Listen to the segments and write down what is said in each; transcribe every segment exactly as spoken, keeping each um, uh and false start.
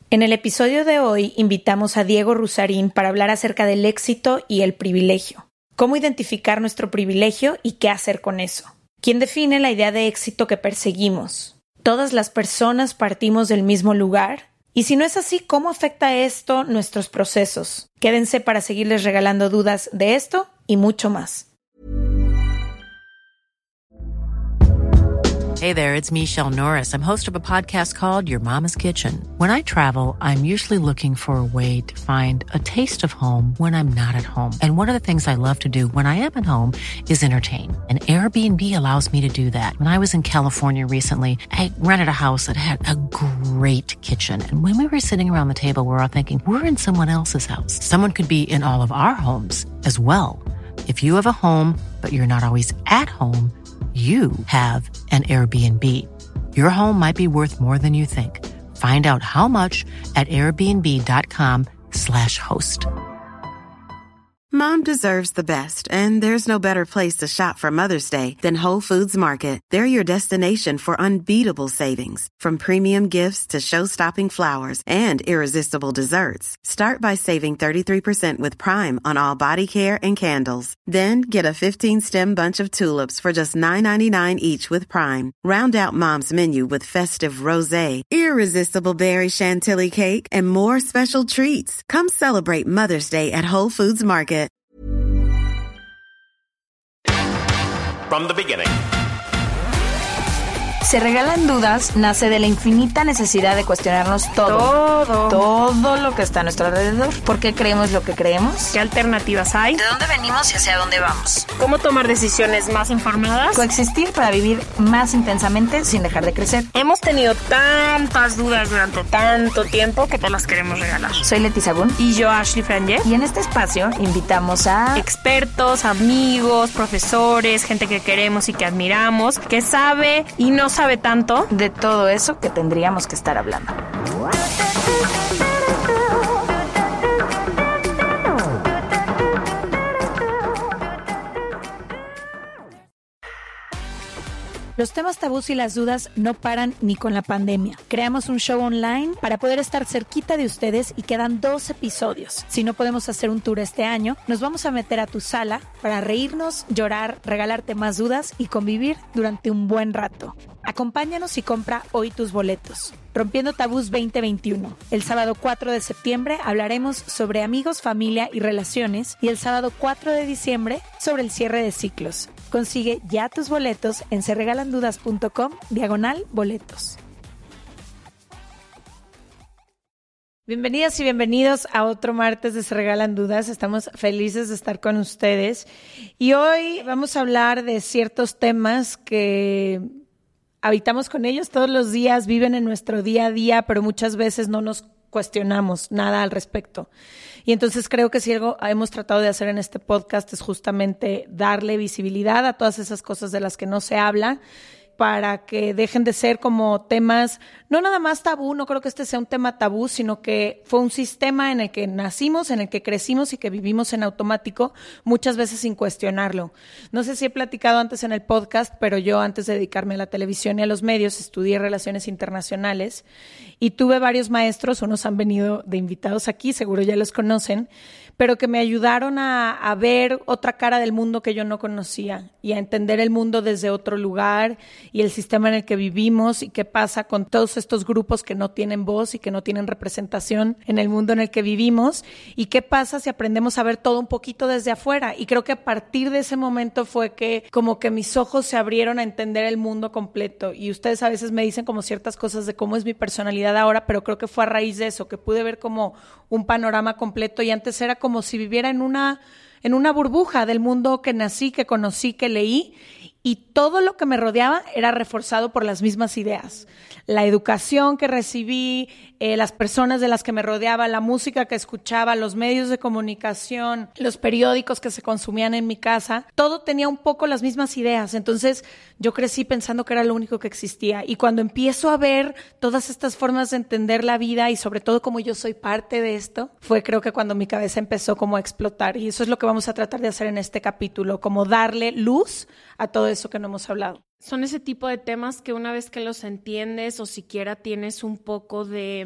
En el episodio de hoy invitamos a Diego Rusarín para hablar acerca del éxito y el privilegio. Cómo identificar nuestro privilegio y qué hacer con eso. ¿Quién define la idea de éxito que perseguimos? ¿Todas las personas partimos del mismo lugar? Y si no es así, ¿cómo afecta esto nuestros procesos? Quédense para seguirles regalando dudas de esto y mucho más. Hey there, it's Michelle Norris. I'm host of a podcast called Your Mama's Kitchen. When I travel, I'm usually looking for a way to find a taste of home when I'm not at home. And one of the things I love to do when I am at home is entertain. And Airbnb allows me to do that. When I was in California recently, I rented a house that had a great kitchen. And when we were sitting around the table, we were all thinking, we're in someone else's house. Someone could be in all of our homes as well. If you have a home, but you're not always at home, you have an Airbnb. Your home might be worth more than you think. Find out how much at airbnb.com slash host. Mom deserves the best, and there's no better place to shop for Mother's Day than Whole Foods Market. They're your destination for unbeatable savings, from premium gifts to show-stopping flowers and irresistible desserts. Start by saving thirty-three percent with Prime on all body care and candles. Then get a fifteen-stem bunch of tulips for just nine ninety-nine each with Prime. Round out Mom's menu with festive rosé, irresistible berry chantilly cake, and more special treats. Come celebrate Mother's Day at Whole Foods Market. From the beginning. Se regalan dudas nace de la infinita necesidad de cuestionarnos todo. Todo. Todo lo que está a nuestro alrededor. ¿Por qué creemos lo que creemos? ¿Qué alternativas hay? ¿De dónde venimos y hacia dónde vamos? ¿Cómo tomar decisiones más informadas? Coexistir para vivir más intensamente sin dejar de crecer. Hemos tenido tantas dudas durante tanto tiempo que te las queremos regalar. Soy Leti Sagún. Y yo, Ashley Franje. Y en este espacio invitamos a expertos, amigos, profesores, gente que queremos y que admiramos, que sabe y no sabe tanto de todo eso que tendríamos que estar hablando. Los temas tabús y las dudas no paran ni con la pandemia. Creamos un show online para poder estar cerquita de ustedes y quedan dos episodios. Si no podemos hacer un tour este año, nos vamos a meter a tu sala para reírnos, llorar, regalarte más dudas y convivir durante un buen rato. Acompáñanos y compra hoy tus boletos. Rompiendo Tabús veinte veintiuno. El sábado cuatro de septiembre hablaremos sobre amigos, familia y relaciones y el sábado cuatro de diciembre sobre el cierre de ciclos. Consigue ya tus boletos en serregalandudas.com diagonal boletos. Bienvenidas y bienvenidos a otro martes de Se Regalan Dudas. Estamos felices de estar con ustedes y hoy vamos a hablar de ciertos temas que habitamos con ellos todos los días, viven en nuestro día a día, pero muchas veces no nos cuestionamos nada al respecto. Y entonces creo que si algo hemos tratado de hacer en este podcast es justamente darle visibilidad a todas esas cosas de las que no se habla, para que dejen de ser como temas, no nada más tabú, no creo que este sea un tema tabú, sino que fue un sistema en el que nacimos, en el que crecimos y que vivimos en automático, muchas veces sin cuestionarlo. No sé si he platicado antes en el podcast, pero yo antes de dedicarme a la televisión y a los medios estudié Relaciones Internacionales y tuve varios maestros, unos han venido de invitados aquí, seguro ya los conocen, pero que me ayudaron a, a ver otra cara del mundo que yo no conocía y a entender el mundo desde otro lugar y el sistema en el que vivimos y qué pasa con todos estos grupos que no tienen voz y que no tienen representación en el mundo en el que vivimos y qué pasa si aprendemos a ver todo un poquito desde afuera. Y creo que a partir de ese momento fue que como que mis ojos se abrieron a entender el mundo completo y ustedes a veces me dicen como ciertas cosas de cómo es mi personalidad ahora, pero creo que fue a raíz de eso, que pude ver como un panorama completo y antes era como si viviera en una, en una burbuja del mundo que nací, que conocí, que leí y todo lo que me rodeaba era reforzado por las mismas ideas. La educación que recibí, eh, las personas de las que me rodeaba, la música que escuchaba, los medios de comunicación, los periódicos que se consumían en mi casa, todo tenía un poco las mismas ideas. Entonces yo crecí pensando que era lo único que existía. Y cuando empiezo a ver todas estas formas de entender la vida y sobre todo como yo soy parte de esto, fue creo que cuando mi cabeza empezó como a explotar. Y eso es lo que vamos a tratar de hacer en este capítulo, como darle luz a todo eso que no hemos hablado. Son ese tipo de temas que una vez que los entiendes o siquiera tienes un poco de,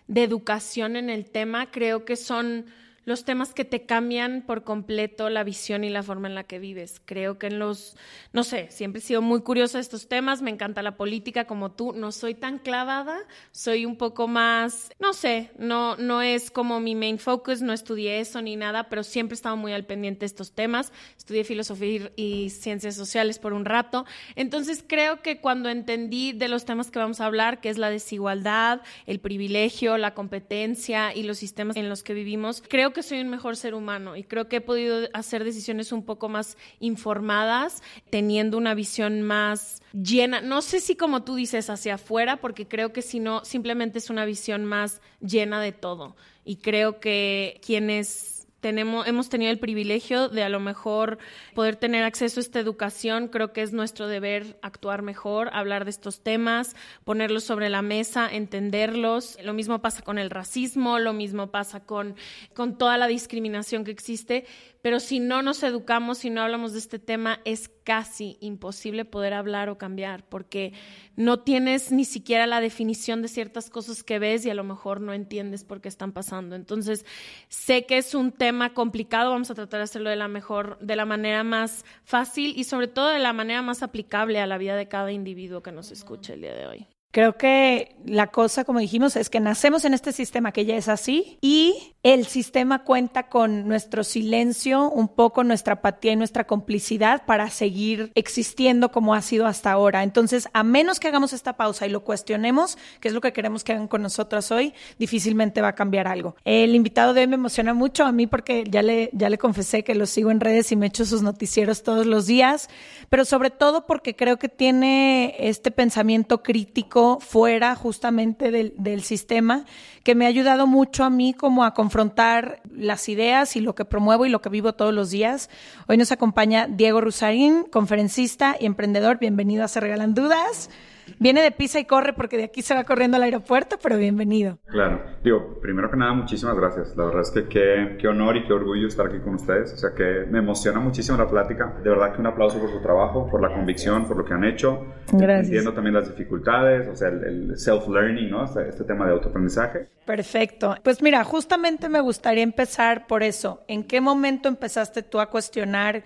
de educación en el tema. Creo que son los temas que te cambian por completo la visión y la forma en la que vives. Creo que en los, no sé, siempre he sido muy curiosa de estos temas, me encanta la política como tú, no soy tan clavada, soy un poco más, no sé, no, no es como mi main focus, no estudié eso ni nada, pero siempre he estado muy al pendiente de estos temas, estudié filosofía y ciencias sociales por un rato, entonces creo que cuando entendí de los temas que vamos a hablar, que es la desigualdad, el privilegio, la competencia y los sistemas en los que vivimos, creo que que soy un mejor ser humano y creo que he podido hacer decisiones un poco más informadas, teniendo una visión más llena, no sé si como tú dices hacia afuera, porque creo que si no, simplemente es una visión más llena de todo y creo que quienes tenemos, hemos tenido el privilegio de a lo mejor poder tener acceso a esta educación, creo que es nuestro deber actuar mejor, hablar de estos temas, ponerlos sobre la mesa, entenderlos. Lo mismo pasa con el racismo, lo mismo pasa con, con toda la discriminación que existe, pero si no nos educamos, si no hablamos de este tema, es casi imposible poder hablar o cambiar, porque no tienes ni siquiera la definición de ciertas cosas que ves y a lo mejor no entiendes por qué están pasando. Entonces, sé que es un tema complicado, vamos a tratar de hacerlo de la mejor, de la manera más fácil y sobre todo de la manera más aplicable a la vida de cada individuo que nos escuche el día de hoy. Creo que la cosa, como dijimos, es que nacemos en este sistema que ya es así y el sistema cuenta con nuestro silencio, un poco nuestra apatía y nuestra complicidad para seguir existiendo como ha sido hasta ahora. Entonces, a menos que hagamos esta pausa y lo cuestionemos, que es lo que queremos que hagan con nosotras hoy, difícilmente va a cambiar algo. El invitado de hoy me emociona mucho a mí porque ya le, ya le confesé que lo sigo en redes y me echo sus noticieros todos los días, pero sobre todo porque creo que tiene este pensamiento crítico fuera justamente del, del sistema que me ha ayudado mucho a mí como a confrontar las ideas y lo que promuevo y lo que vivo todos los días. Hoy nos acompaña Diego Rusarín, conferencista y emprendedor. Bienvenido a Se Regalan Dudas. Viene de pisa y corre porque de aquí se va corriendo al aeropuerto, pero bienvenido. Claro. Digo, primero que nada, muchísimas gracias. La verdad es que qué, qué honor y qué orgullo estar aquí con ustedes. O sea, que me emociona muchísimo la plática. De verdad que un aplauso por su trabajo, por la convicción, por lo que han hecho. Gracias. Entiendo también las dificultades, o sea, el, el self-learning, ¿no? Este, este tema de autoaprendizaje. Perfecto. Pues mira, justamente me gustaría empezar por eso. ¿En qué momento empezaste tú a cuestionar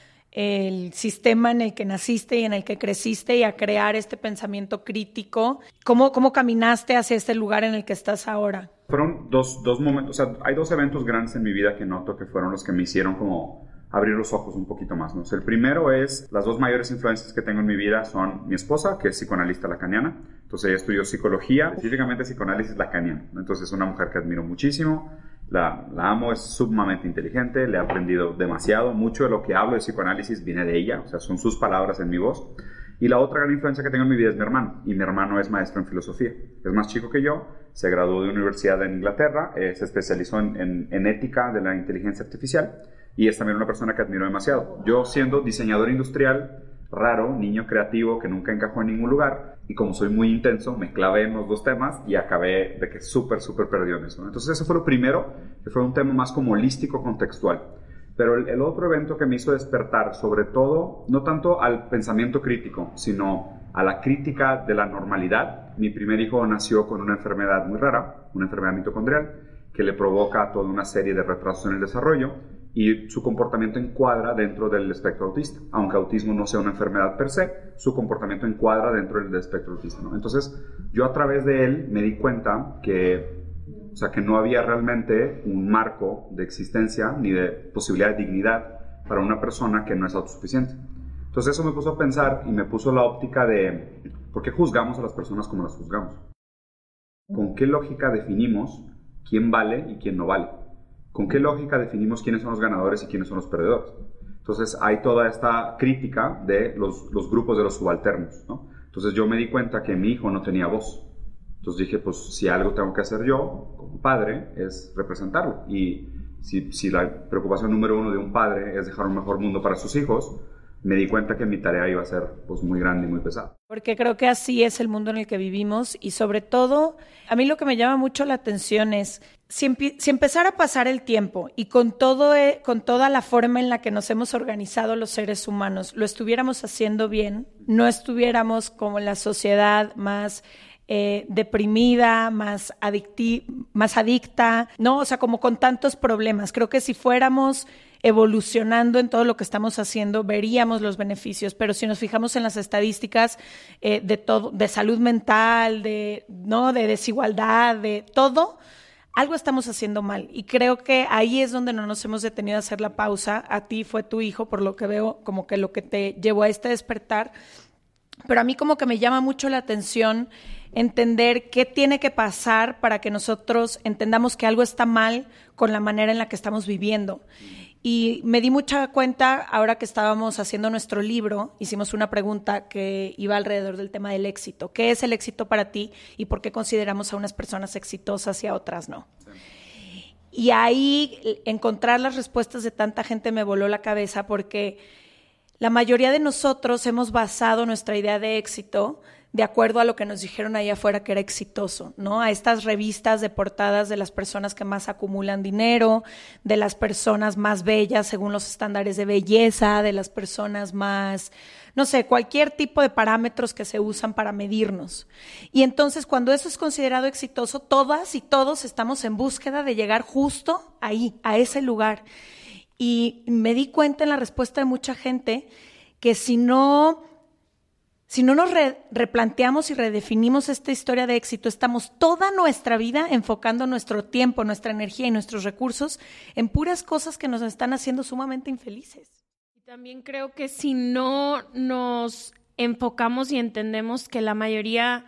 el sistema en el que naciste y en el que creciste y a crear este pensamiento crítico? ¿Cómo, cómo caminaste hacia este lugar en el que estás ahora? Fueron dos, dos momentos, o sea, hay dos eventos grandes en mi vida que noto que fueron los que me hicieron como abrir los ojos un poquito más, ¿no? O sea, el primero es, las dos mayores influencias que tengo en mi vida son mi esposa, que es psicoanalista lacaniana. Entonces ella estudió psicología, específicamente psicoanálisis lacaniano. Entonces es una mujer que admiro muchísimo. La, la amo, es sumamente inteligente, le he aprendido demasiado, mucho de lo que hablo de psicoanálisis viene de ella, o sea, son sus palabras en mi voz. Y la otra gran influencia que tengo en mi vida es mi hermano, y mi hermano es maestro en filosofía, es más chico que yo, se graduó de una universidad en Inglaterra, eh, se especializó en, en, en ética de la inteligencia artificial, y es también una persona que admiro demasiado. Yo siendo diseñador industrial, raro, niño creativo que nunca encajó en ningún lugar, y como soy muy intenso, me clavé en los dos temas y acabé de que súper, súper perdido en eso. Entonces eso fue lo primero, que fue un tema más como holístico, contextual. Pero el, el otro evento que me hizo despertar, sobre todo, no tanto al pensamiento crítico, sino a la crítica de la normalidad. Mi primer hijo nació con una enfermedad muy rara, una enfermedad mitocondrial, que le provoca toda una serie de retrasos en el desarrollo, y su comportamiento encuadra dentro del espectro autista. Aunque autismo no sea una enfermedad per se, su comportamiento encuadra dentro del espectro autista, ¿no? Entonces, yo a través de él me di cuenta que, o sea, que no había realmente un marco de existencia ni de posibilidad de dignidad para una persona que no es autosuficiente. Entonces eso me puso a pensar y me puso la óptica de ¿por qué juzgamos a las personas como las juzgamos? ¿Con qué lógica definimos quién vale y quién no vale? ¿Con qué lógica definimos quiénes son los ganadores y quiénes son los perdedores? Entonces hay toda esta crítica de los, los grupos de los subalternos, ¿no? Entonces yo me di cuenta que mi hijo no tenía voz. Entonces dije, pues si algo tengo que hacer yo como padre es representarlo. Y si, si la preocupación número uno de un padre es dejar un mejor mundo para sus hijos, me di cuenta que mi tarea iba a ser pues muy grande y muy pesada. Porque creo que así es el mundo en el que vivimos y sobre todo, a mí lo que me llama mucho la atención es si, empi- si empezara a pasar el tiempo y con, todo, eh, con toda la forma en la que nos hemos organizado los seres humanos, lo estuviéramos haciendo bien, no estuviéramos como la sociedad más eh, deprimida, más, adicti- más adicta, ¿no? O sea, como con tantos problemas. Creo que si fuéramos evolucionando en todo lo que estamos haciendo, veríamos los beneficios, pero si nos fijamos en las estadísticas eh, de todo, de salud mental, de, ¿no? de desigualdad, de todo, algo estamos haciendo mal. Y creo que ahí es donde no nos hemos detenido a hacer la pausa. A ti fue tu hijo, por lo que veo, como que lo que te llevó a este despertar. Pero a mí como que me llama mucho la atención entender qué tiene que pasar para que nosotros entendamos que algo está mal con la manera en la que estamos viviendo. Y me di mucha cuenta ahora que estábamos haciendo nuestro libro, hicimos una pregunta que iba alrededor del tema del éxito. ¿Qué es el éxito para ti y por qué consideramos a unas personas exitosas y a otras no? Sí. Y ahí encontrar las respuestas de tanta gente me voló la cabeza porque la mayoría de nosotros hemos basado nuestra idea de éxito de acuerdo a lo que nos dijeron ahí afuera que era exitoso, ¿no? A estas revistas de portadas de las personas que más acumulan dinero, de las personas más bellas según los estándares de belleza, de las personas más, no sé, cualquier tipo de parámetros que se usan para medirnos. Y entonces cuando eso es considerado exitoso, todas y todos estamos en búsqueda de llegar justo ahí, a ese lugar. Y me di cuenta en la respuesta de mucha gente que si no... Si no nos re- replanteamos y redefinimos esta historia de éxito, estamos toda nuestra vida enfocando nuestro tiempo, nuestra energía y nuestros recursos en puras cosas que nos están haciendo sumamente infelices. Y también creo que si no nos enfocamos y entendemos que la mayoría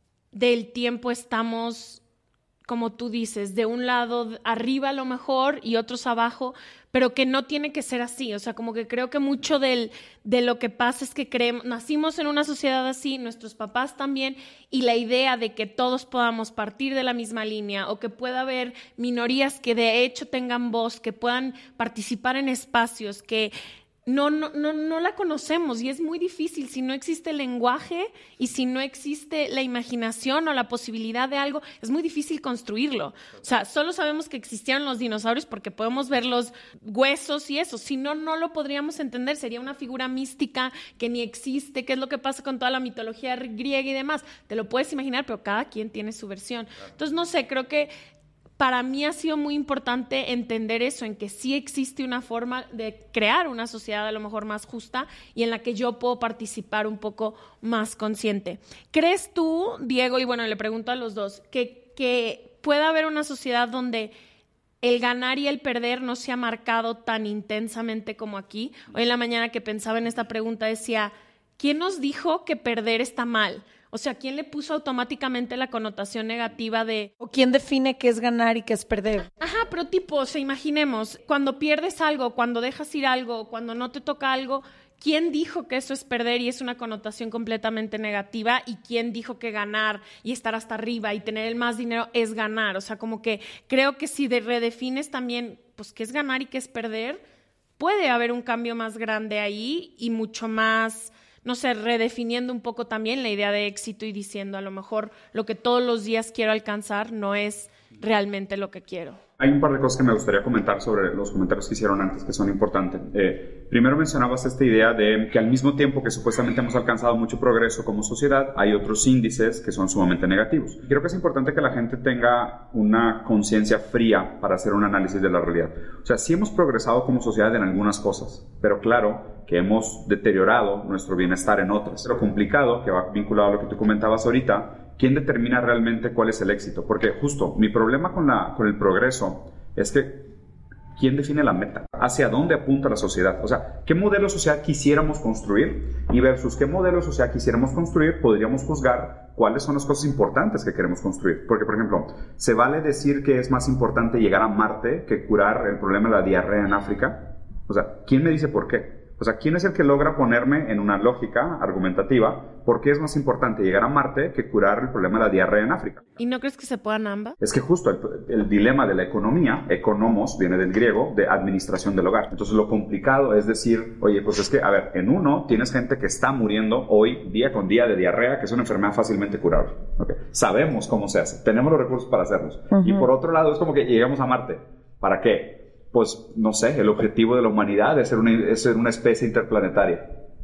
del tiempo estamos, como tú dices, de un lado arriba a lo mejor y otros abajo, pero que no tiene que ser así. O sea, como que creo que mucho del, de lo que pasa es que creemos, nacimos en una sociedad así, nuestros papás también, y la idea de que todos podamos partir de la misma línea o que pueda haber minorías que de hecho tengan voz, que puedan participar en espacios, que no, no, no, no la conocemos y es muy difícil si no existe el lenguaje y si no existe la imaginación o la posibilidad de algo, es muy difícil construirlo. O sea, solo sabemos que existieron los dinosaurios porque podemos ver los huesos y eso. Si no, no lo podríamos entender. Sería una figura mística que ni existe. ¿Qué es lo que pasa con toda la mitología griega y demás? Te lo puedes imaginar, pero cada quien tiene su versión. Entonces, no sé, creo que para mí ha sido muy importante entender eso, en que sí existe una forma de crear una sociedad a lo mejor más justa y en la que yo puedo participar un poco más consciente. ¿Crees tú, Diego, y bueno, le pregunto a los dos, que, que pueda haber una sociedad donde el ganar y el perder no se ha marcado tan intensamente como aquí? Hoy en la mañana que pensaba en esta pregunta decía, ¿quién nos dijo que perder está mal? O sea, ¿quién le puso automáticamente la connotación negativa de... ¿O quién define qué es ganar y qué es perder? Ajá, pero tipo, o sea, imaginemos, cuando pierdes algo, cuando dejas ir algo, cuando no te toca algo, ¿quién dijo que eso es perder y es una connotación completamente negativa? ¿Y quién dijo que ganar y estar hasta arriba y tener el más dinero es ganar? O sea, como que creo que si de redefines también, pues, qué es ganar y qué es perder, puede haber un cambio más grande ahí y mucho más... no sé, redefiniendo un poco también la idea de éxito y diciendo a lo mejor lo que todos los días quiero alcanzar no es realmente lo que quiero. Hay un par de cosas que me gustaría comentar sobre los comentarios que hicieron antes que son importantes. Eh, primero mencionabas esta idea de que al mismo tiempo que supuestamente hemos alcanzado mucho progreso como sociedad, hay otros índices que son sumamente negativos. Creo que es importante que la gente tenga una conciencia fría para hacer un análisis de la realidad. O sea, sí hemos progresado como sociedad en algunas cosas, pero claro que hemos deteriorado nuestro bienestar en otras. Lo complicado, que va vinculado a lo que tú comentabas ahorita, ¿quién determina realmente cuál es el éxito? Porque justo mi problema con, la, con el progreso es que ¿quién define la meta? ¿Hacia dónde apunta la sociedad? O sea, ¿qué modelo de sociedad quisiéramos construir? Y versus qué modelo de sociedad quisiéramos construir, podríamos juzgar cuáles son las cosas importantes que queremos construir. Porque, por ejemplo, ¿se vale decir que es más importante llegar a Marte que curar el problema de la diarrea en África? O sea, ¿quién me dice por qué? O sea, ¿quién es el que logra ponerme en una lógica argumentativa por qué es más importante llegar a Marte que curar el problema de la diarrea en África? ¿Y no crees que se puedan ambas? Es que justo el, el dilema de la economía, economos, viene del griego, de administración del hogar. Entonces lo complicado es decir, oye, pues es que, a ver, en uno tienes gente que está muriendo hoy, día con día, de diarrea, que es una enfermedad fácilmente curable. ¿Okay? Sabemos cómo se hace, tenemos los recursos para hacerlos. Uh-huh. Y por otro lado es como que llegamos a Marte. ¿Para qué? Pues, no sé, el objetivo de la humanidad es ser una, es ser una especie interplanetaria.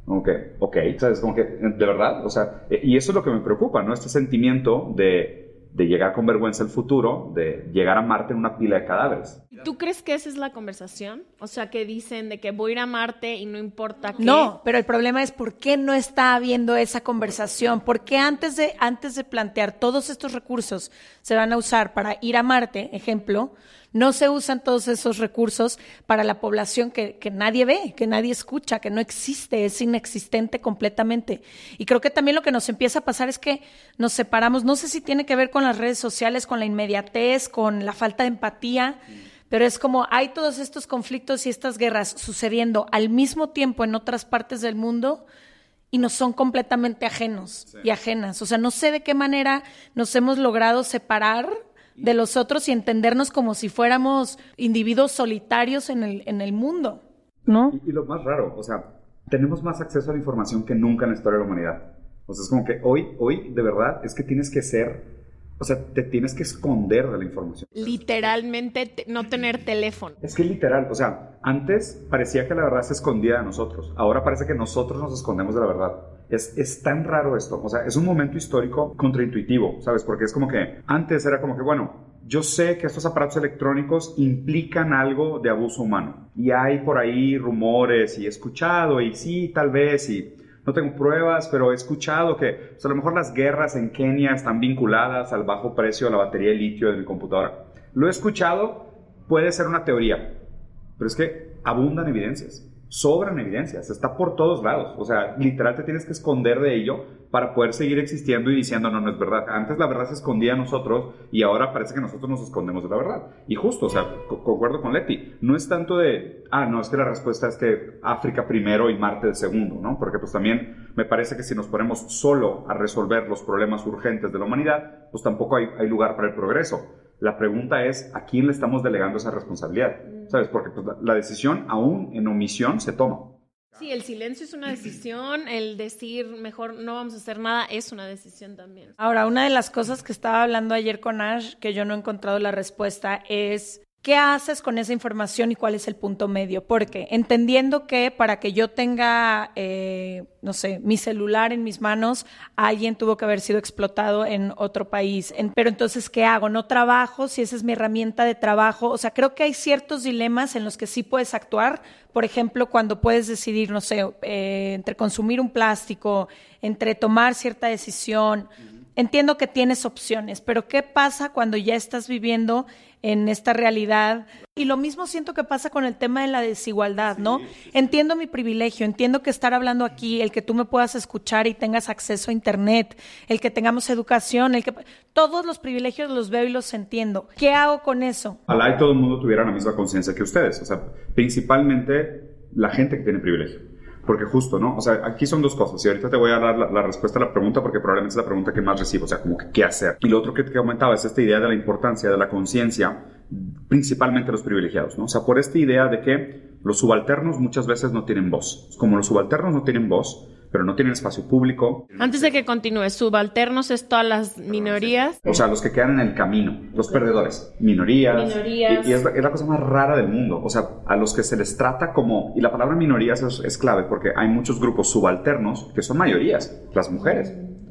Como que, ok, ¿sabes? Como que, de verdad, o sea, y eso es lo que me preocupa, ¿no? Este sentimiento de, de llegar con vergüenza al futuro, de llegar a Marte en una pila de cadáveres. ¿Tú crees que esa es la conversación? O sea, que dicen de que voy a ir a Marte y no importa qué. No, pero el problema es por qué no está habiendo esa conversación. ¿Por qué antes de, antes de plantear todos estos recursos se van a usar para ir a Marte, ejemplo, no se usan todos esos recursos para la población que, que nadie ve, que nadie escucha, que no existe, es inexistente completamente? Y creo que también lo que nos empieza a pasar es que nos separamos, no sé si tiene que ver con las redes sociales, con la inmediatez, con la falta de empatía, pero es como hay todos estos conflictos y estas guerras sucediendo al mismo tiempo en otras partes del mundo y nos son completamente ajenos sí. y ajenas. O sea, no sé de qué manera nos hemos logrado separar de los otros y entendernos como si fuéramos individuos solitarios en el, en el mundo, ¿no? Y, y lo más raro, o sea, tenemos más acceso a la información que nunca en la historia de la humanidad. O sea, es como que hoy, hoy, de verdad, es que tienes que ser, o sea, te tienes que esconder de la información. Literalmente te, no tener teléfono. Es que literal, o sea, antes parecía que la verdad se escondía de nosotros, ahora parece que nosotros nos escondemos de la verdad. Es, es tan raro esto, o sea, es un momento histórico contraintuitivo, ¿sabes? Porque es como que antes era como que, bueno, yo sé que estos aparatos electrónicos implican algo de abuso humano y hay por ahí rumores y he escuchado y sí, tal vez, y no tengo pruebas, pero he escuchado que o sea, a lo mejor las guerras en Kenia están vinculadas al bajo precio de la batería de litio de mi computadora. Lo he escuchado, puede ser una teoría, pero es que abundan evidencias. Sobran evidencias, está por todos lados, o sea, literal te tienes que esconder de ello para poder seguir existiendo y diciendo no, no es verdad. Antes la verdad se escondía a nosotros y ahora parece que nosotros nos escondemos de la verdad. Y justo, o sea, co- concuerdo con Leti, no es tanto de, ah, no, es que la respuesta es que África primero y Marte de segundo, ¿no? Porque pues también me parece que si nos ponemos solo a resolver los problemas urgentes de la humanidad, pues tampoco hay, hay lugar para el progreso. La pregunta es, ¿a quién le estamos delegando esa responsabilidad? ¿Sabes? Porque pues, la, la decisión, aún en omisión, se toma. Sí, el silencio es una decisión, el decir mejor no vamos a hacer nada es una decisión también. Ahora, una de las cosas que estaba hablando ayer con Ash, que yo no he encontrado la respuesta, es ¿qué haces con esa información y cuál es el punto medio? Porque entendiendo que para que yo tenga, eh, no sé, mi celular en mis manos, alguien tuvo que haber sido explotado en otro país. En, pero entonces, ¿qué hago? ¿No trabajo? Si esa es mi herramienta de trabajo. O sea, creo que hay ciertos dilemas en los que sí puedes actuar. Por ejemplo, cuando puedes decidir, no sé, eh, entre consumir un plástico, entre tomar cierta decisión. Entiendo que tienes opciones, pero ¿qué pasa cuando ya estás viviendo en esta realidad? Y lo mismo siento que pasa con el tema de la desigualdad, ¿no? Entiendo mi privilegio, entiendo que estar hablando aquí, el que tú me puedas escuchar y tengas acceso a internet, el que tengamos educación, el que todos los privilegios los veo y los entiendo. ¿Qué hago con eso? Ojalá y todo el mundo tuviera la misma conciencia que ustedes, o sea, principalmente la gente que tiene privilegio. Porque justo, ¿no? O sea, aquí son dos cosas. Y ahorita te voy a dar la, la respuesta a la pregunta porque probablemente es la pregunta que más recibo. O sea, como que qué hacer. Y lo otro que te comentaba es esta idea de la importancia de la conciencia, principalmente los privilegiados, ¿no? O sea, por esta idea de que los subalternos muchas veces no tienen voz. Como los subalternos no tienen voz, pero no tienen espacio público. Antes de que continúe, subalternos es todas las minorías. O sea, los que quedan en el camino, los perdedores, minorías. Minorías. Y, y es, la, es la cosa más rara del mundo. O sea, a los que se les trata como... Y la palabra minorías es, es clave porque hay muchos grupos subalternos que son mayorías, las mujeres.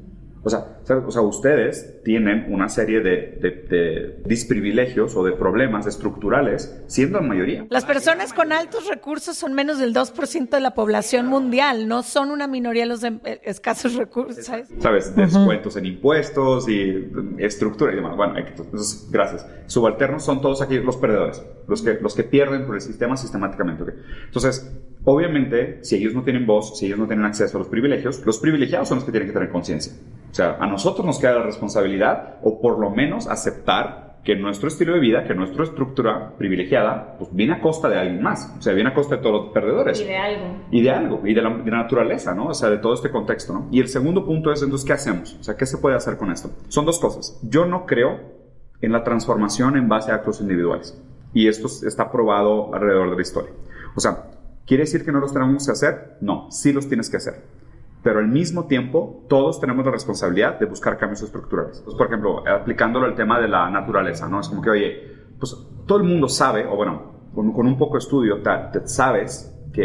O sea, o sea, ustedes tienen una serie de, de, de disprivilegios o de problemas estructurales siendo la mayoría. Las personas con altos recursos son menos del dos por ciento de la población mundial, no son una minoría los de escasos recursos, ¿sabes? ¿Sabes? Descuentos uh-huh. en impuestos y estructura y demás. Bueno, entonces, gracias. Subalternos son todos aquí los perdedores, los que, los que pierden por el sistema sistemáticamente. ¿Okay? Entonces, obviamente, si ellos no tienen voz, si ellos no tienen acceso a los privilegios, los privilegiados son los que tienen que tener conciencia. O sea, a nosotros nos queda la responsabilidad, o por lo menos aceptar que nuestro estilo de vida, que nuestra estructura privilegiada, pues viene a costa de alguien más. O sea, viene a costa de todos los perdedores. Y de algo. Y de algo, y de la, de la naturaleza, ¿no? O sea, de todo este contexto, ¿no? Y el segundo punto es, entonces, ¿qué hacemos? O sea, ¿qué se puede hacer con esto? Son dos cosas. Yo no creo en la transformación en base a actos individuales. Y esto está probado alrededor de la historia. O sea, ¿quiere decir que no los tenemos que hacer? No, sí los tienes que hacer. Pero al mismo tiempo, todos tenemos la responsabilidad de buscar cambios estructurales. Entonces, por ejemplo, aplicándolo al tema de la naturaleza, ¿no? Es como que, oye, pues todo el mundo sabe, o bueno, con, con un poco de estudio, te, te sabes que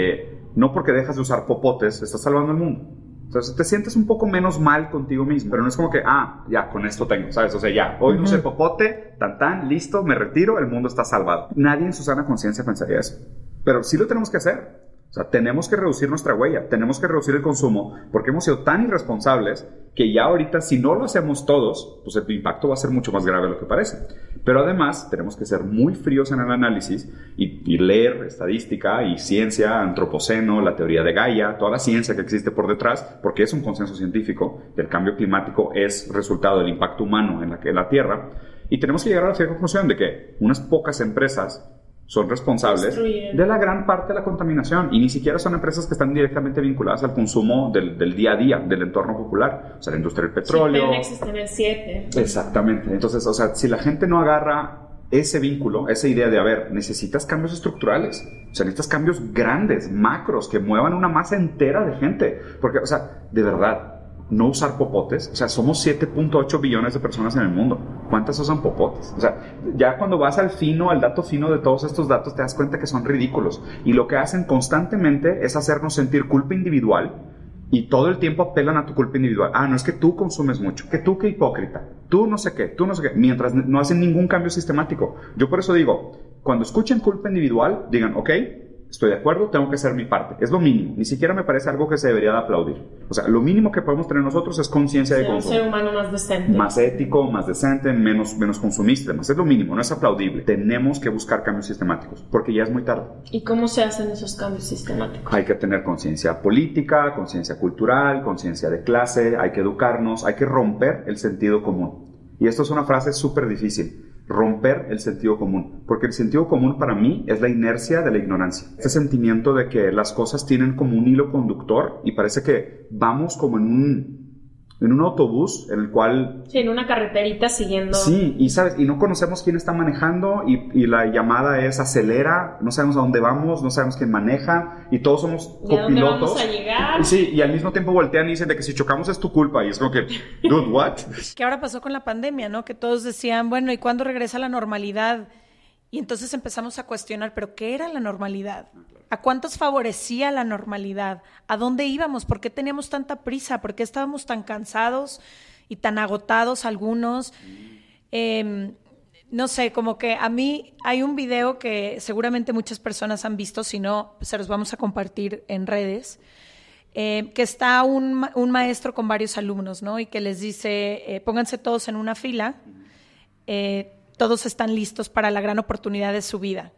no porque dejas de usar popotes, estás salvando el mundo. Entonces te sientes un poco menos mal contigo mismo, pero no es como que, ah, ya, con esto tengo, ¿sabes? O sea, ya, hoy no usé popote, tan tan, listo, me retiro, el mundo está salvado. Nadie en su sana conciencia pensaría eso, pero sí lo tenemos que hacer. O sea, tenemos que reducir nuestra huella, tenemos que reducir el consumo, porque hemos sido tan irresponsables que ya ahorita, si no lo hacemos todos, pues el impacto va a ser mucho más grave de lo que parece. Pero además, tenemos que ser muy fríos en el análisis y, y leer estadística y ciencia, antropoceno, la teoría de Gaia, toda la ciencia que existe por detrás, porque es un consenso científico que el cambio climático es resultado del impacto humano en la, en la Tierra. Y tenemos que llegar a la firme conclusión de que unas pocas empresas son responsables Destruyen. de la gran parte de la contaminación, y ni siquiera son empresas que están directamente vinculadas al consumo del, del día a día, del entorno popular, o sea, la industria del petróleo. Sí, Pemex está en el siete. Exactamente. Entonces, o sea, si la gente no agarra ese vínculo, esa idea de, a ver, necesitas cambios estructurales, o sea, necesitas cambios grandes, macros, que muevan una masa entera de gente, porque, o sea, de verdad, no usar popotes, o sea, somos siete punto ocho billones de personas en el mundo. ¿Cuántas usan popotes? O sea, ya cuando vas al fino, al dato fino de todos estos datos, te das cuenta que son ridículos. Y lo que hacen constantemente es hacernos sentir culpa individual, y todo el tiempo apelan a tu culpa individual. Ah, no, es que tú consumes mucho, que tú qué hipócrita, tú no sé qué, tú no sé qué, mientras no hacen ningún cambio sistemático. Yo por eso digo, cuando escuchen culpa individual, digan, ok, estoy de acuerdo, tengo que hacer mi parte. Es lo mínimo. Ni siquiera me parece algo que se debería de aplaudir. O sea, lo mínimo que podemos tener nosotros es conciencia de consumo. Un ser humano más decente. Más ético, más decente, menos, menos consumista. Más es lo mínimo, no es aplaudible. Tenemos que buscar cambios sistemáticos, porque ya es muy tarde. ¿Y cómo se hacen esos cambios sistemáticos? Hay que tener conciencia política, conciencia cultural, conciencia de clase, hay que educarnos, hay que romper el sentido común. Y esto es una frase súper difícil. Romper el sentido común, porque el sentido común para mí es la inercia de la ignorancia, ese sentimiento de que las cosas tienen como un hilo conductor y parece que vamos como en un en un autobús en el cual... Sí, en una carreterita siguiendo... Sí, y sabes, y no conocemos quién está manejando y, y la llamada es acelera, no sabemos a dónde vamos, no sabemos quién maneja y todos somos copilotos. ¿Y a dónde vamos a llegar? Sí, y al mismo tiempo voltean y dicen de que si chocamos es tu culpa y es como que, dude, what? ¿Qué ahora pasó con la pandemia, no? Que todos decían, bueno, ¿y cuándo regresa la normalidad? Y entonces empezamos a cuestionar, ¿pero qué era la normalidad? ¿A cuántos favorecía la normalidad? ¿A dónde íbamos? ¿Por qué teníamos tanta prisa? ¿Por qué estábamos tan cansados y tan agotados algunos? Eh, no sé, como que a mí hay un video que seguramente muchas personas han visto, si no, se los vamos a compartir en redes, eh, que está un, un maestro con varios alumnos, ¿no? Y que les dice, eh, pónganse todos en una fila, eh, todos están listos para la gran oportunidad de su vida.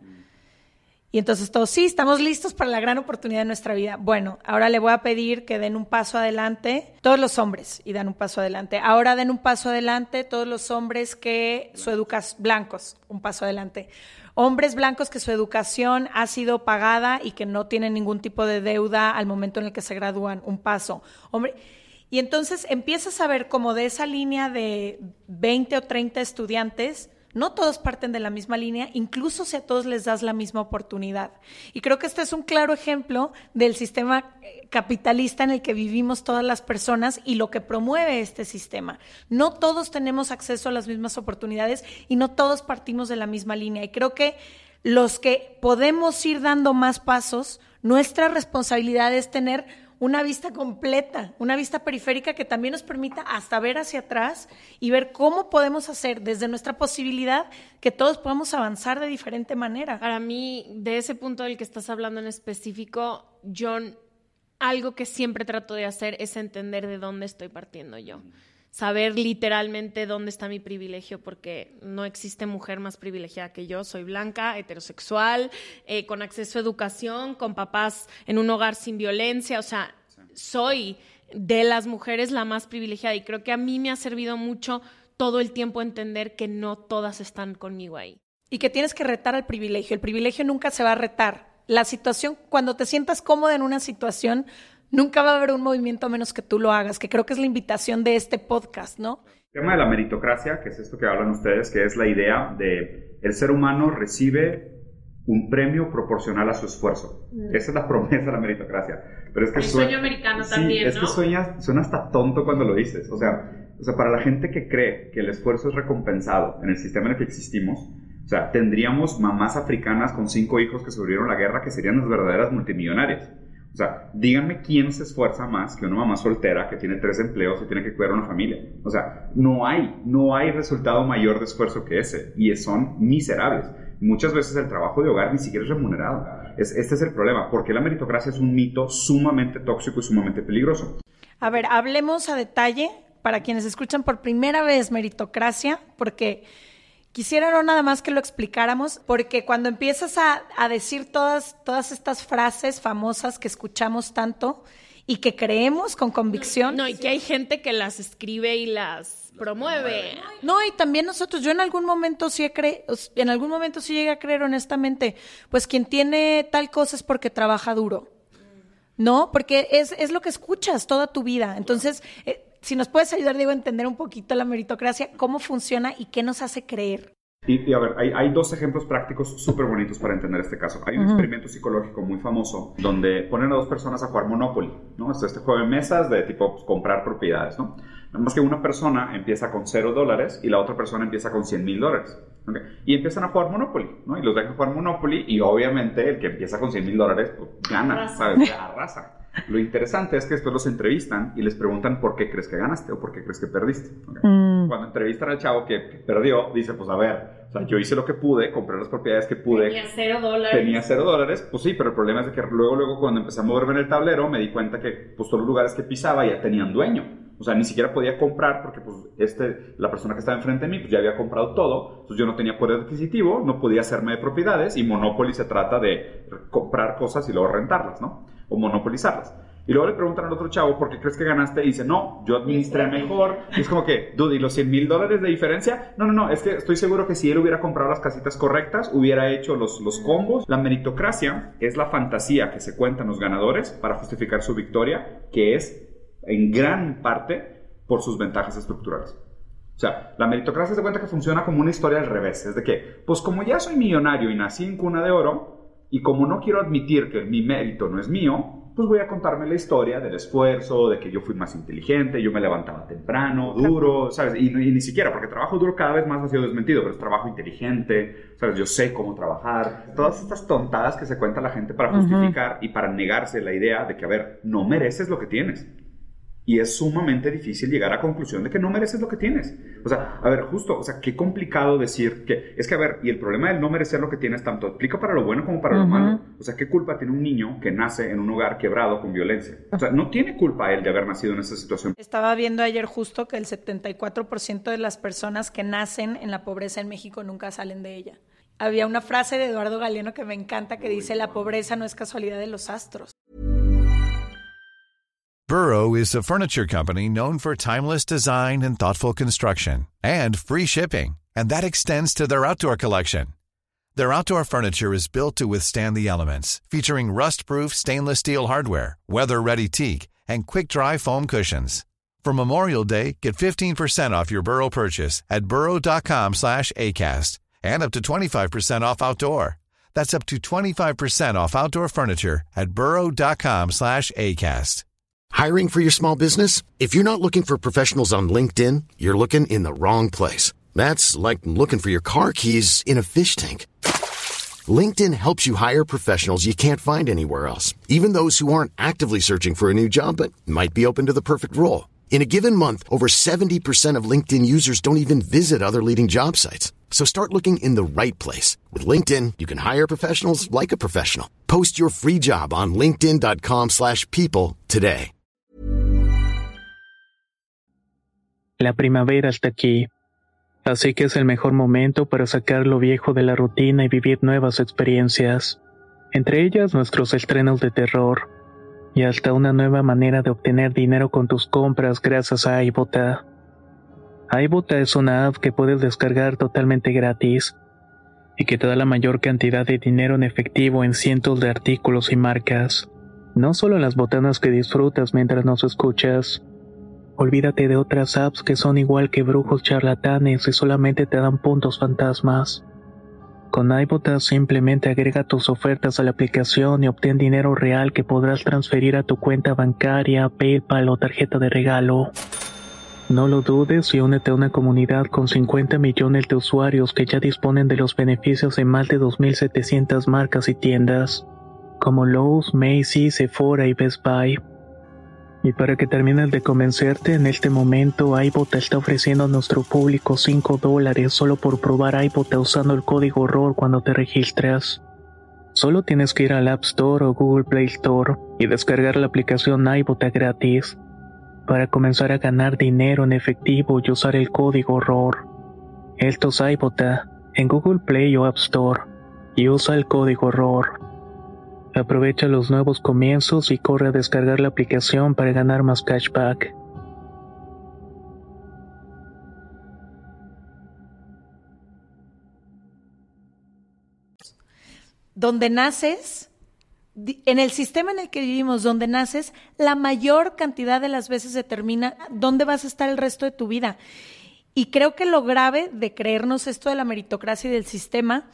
Y entonces todos, sí, estamos listos para la gran oportunidad de nuestra vida. Bueno, ahora le voy a pedir que den un paso adelante, todos los hombres, y dan un paso adelante. Ahora den un paso adelante todos los hombres que su educación, blancos, un paso adelante. Hombres blancos que su educación ha sido pagada y que no tienen ningún tipo de deuda al momento en el que se gradúan, un paso. Hombre, y entonces empiezas a ver como de esa línea de veinte o treinta estudiantes, no todos parten de la misma línea, incluso si a todos les das la misma oportunidad. Y creo que este es un claro ejemplo del sistema capitalista en el que vivimos todas las personas y lo que promueve este sistema. No todos tenemos acceso a las mismas oportunidades y no todos partimos de la misma línea. Y creo que los que podemos ir dando más pasos, nuestra responsabilidad es tener una vista completa, una vista periférica que también nos permita hasta ver hacia atrás y ver cómo podemos hacer desde nuestra posibilidad que todos podamos avanzar de diferente manera. Para mí, de ese punto del que estás hablando en específico, yo, algo que siempre trato de hacer es entender de dónde estoy partiendo yo. Saber literalmente dónde está mi privilegio, porque no existe mujer más privilegiada que yo. Soy blanca, heterosexual, eh, con acceso a educación, con papás en un hogar sin violencia. O sea, soy de las mujeres la más privilegiada y creo que a mí me ha servido mucho todo el tiempo entender que no todas están conmigo ahí. Y que tienes que retar al privilegio. El privilegio nunca se va a retar. La situación, cuando te sientas cómoda en una situación, nunca va a haber un movimiento a menos que tú lo hagas, que creo que es la invitación de este podcast, ¿no? El tema de la meritocracia, que es esto que hablan ustedes, que es la idea de el ser humano recibe un premio proporcional a su esfuerzo. Mm. Esa es la promesa de la meritocracia. Pero es que el suena, sueño americano sí, también, es ¿no? que sueña, suena hasta tonto cuando lo dices. O sea, o sea, para la gente que cree que el esfuerzo es recompensado en el sistema en el que existimos, o sea, tendríamos mamás africanas con cinco hijos que sobrevivieron la guerra que serían las verdaderas multimillonarias. O O sea, díganme quién se esfuerza más que una mamá soltera que tiene tres empleos y tiene que cuidar a una familia. O sea, no hay, no hay resultado mayor de esfuerzo que ese. Y son miserables. Muchas veces el trabajo de hogar ni siquiera es remunerado. Es, este es el problema. Porque la meritocracia es un mito sumamente tóxico y sumamente peligroso. A ver, hablemos a detalle para quienes escuchan por primera vez meritocracia, porque quisiera no nada más que lo explicáramos, porque cuando empiezas a, a decir todas, todas estas frases famosas que escuchamos tanto y que creemos con convicción. No, y que hay gente que las escribe y las promueve. No, y también nosotros, yo en algún momento sí he cre- en algún momento sí llegué a creer honestamente, pues quien tiene tal cosa es porque trabaja duro, ¿no? Porque es, es lo que escuchas toda tu vida. Entonces, eh, si nos puedes ayudar, Diego, a entender un poquito la meritocracia, cómo funciona y qué nos hace creer. Y, y a ver, hay, hay dos ejemplos prácticos súper bonitos para entender este caso. Hay un uh-huh. experimento psicológico muy famoso donde ponen a dos personas a jugar Monopoly, ¿no? Es este juego de mesas de tipo pues, comprar propiedades, ¿no? Nada más que una persona empieza con cero dólares y la otra persona empieza con cien mil dólares. ¿Okay? Y empiezan a jugar Monopoly, ¿no? Y los dejan jugar Monopoly y obviamente el que empieza con cien mil dólares pues, gana, arrasa. ¿Sabes? Arrasa. Lo interesante es que después los entrevistan y les preguntan por qué crees que ganaste o por qué crees que perdiste. ¿Okay? Mm. Cuando entrevistan al chavo que perdió, dice, pues a ver, o sea, yo hice lo que pude, compré las propiedades que pude. Tenía cero dólares. Tenía cero dólares, pues sí, pero el problema es de que luego, luego cuando empecé a moverme en el tablero, me di cuenta que pues todos los lugares que pisaba ya tenían dueño. O sea, ni siquiera podía comprar porque pues, este, la persona que estaba enfrente de mí pues, ya había comprado todo. Entonces yo no tenía poder adquisitivo, no podía hacerme de propiedades y Monopoly se trata de comprar cosas y luego rentarlas, ¿no? O monopolizarlas. Y luego le preguntan al otro chavo, ¿por qué crees que ganaste? Y dice, no, yo administré mejor. Y es como que, dude, ¿y los cien mil dólares de diferencia? No, no, no, es que estoy seguro que si él hubiera comprado las casitas correctas, hubiera hecho los, los combos. La meritocracia es la fantasía que se cuentan los ganadores para justificar su victoria, que es en gran parte por sus ventajas estructurales. O sea, la meritocracia se cuenta que funciona como una historia al revés. Es de que, pues como ya soy millonario y nací en cuna de oro, y como no quiero admitir que mi mérito no es mío, pues voy a contarme la historia del esfuerzo, de que yo fui más inteligente, yo me levantaba temprano, duro, ¿sabes? Y, y ni siquiera, porque trabajo duro cada vez más ha sido desmentido, pero es trabajo inteligente, ¿sabes? Yo sé cómo trabajar. Todas estas tontadas que se cuenta la gente para justificar uh-huh. y para negarse la idea de que, a ver, no mereces lo que tienes. Y es sumamente difícil llegar a la conclusión de que no mereces lo que tienes. O sea, a ver, justo, o sea, qué complicado decir que... Es que, a ver, y el problema del no merecer lo que tienes tanto aplica para lo bueno como para uh-huh. lo malo. O sea, ¿qué culpa tiene un niño que nace en un hogar quebrado con violencia? O sea, no tiene culpa él de haber nacido en esa situación. Estaba viendo ayer justo que el setenta y cuatro por ciento de las personas que nacen en la pobreza en México nunca salen de ella. Había una frase de Eduardo Galeano que me encanta que dice, la pobreza no es casualidad de los astros. Burrow is a furniture company known for timeless design and thoughtful construction, and free shipping, and that extends to their outdoor collection. Their outdoor furniture is built to withstand the elements, featuring rust-proof stainless steel hardware, weather-ready teak, and quick-dry foam cushions. For Memorial Day, get fifteen percent off your Burrow purchase at burrow.com slash ACAST, and up to twenty-five percent off outdoor. That's up to twenty-five percent off outdoor furniture at burrow.com slash ACAST. Hiring for your small business? If you're not looking for professionals on LinkedIn, you're looking in the wrong place. That's like looking for your car keys in a fish tank. LinkedIn helps you hire professionals you can't find anywhere else, even those who aren't actively searching for a new job but might be open to the perfect role. In a given month, over seventy percent of LinkedIn users don't even visit other leading job sites. So start looking in the right place. With LinkedIn, you can hire professionals like a professional. Post your free job on linkedin.com slash people today. La primavera está aquí, así que es el mejor momento para sacar lo viejo de la rutina y vivir nuevas experiencias, entre ellas nuestros estrenos de terror, y hasta una nueva manera de obtener dinero con tus compras gracias a iBota. iBota es una app que puedes descargar totalmente gratis, y que te da la mayor cantidad de dinero en efectivo en cientos de artículos y marcas, no solo las botanas que disfrutas mientras nos escuchas. Olvídate de otras apps que son igual que brujos charlatanes y solamente te dan puntos fantasmas. Con iBota simplemente agrega tus ofertas a la aplicación y obtén dinero real que podrás transferir a tu cuenta bancaria, PayPal o tarjeta de regalo. No lo dudes y únete a una comunidad con cincuenta millones de usuarios que ya disponen de los beneficios de más de dos mil setecientas marcas y tiendas. como Lowe's, Macy's, Sephora y Best Buy. Y para que termines de convencerte, en este momento iBot está ofreciendo a nuestro público cinco dólares solo por probar iBot usando el código ROR cuando te registras. Solo tienes que ir al App Store o Google Play Store y descargar la aplicación iBot gratis para comenzar a ganar dinero en efectivo y usar el código ROR. Esto es iBot en Google Play o App Store y usa el código ROR. Aprovecha los nuevos comienzos y corre a descargar la aplicación para ganar más cashback. Donde naces, en el sistema en el que vivimos, donde naces, la mayor cantidad de las veces determina dónde vas a estar el resto de tu vida. Y creo que lo grave de creernos esto de la meritocracia y del sistema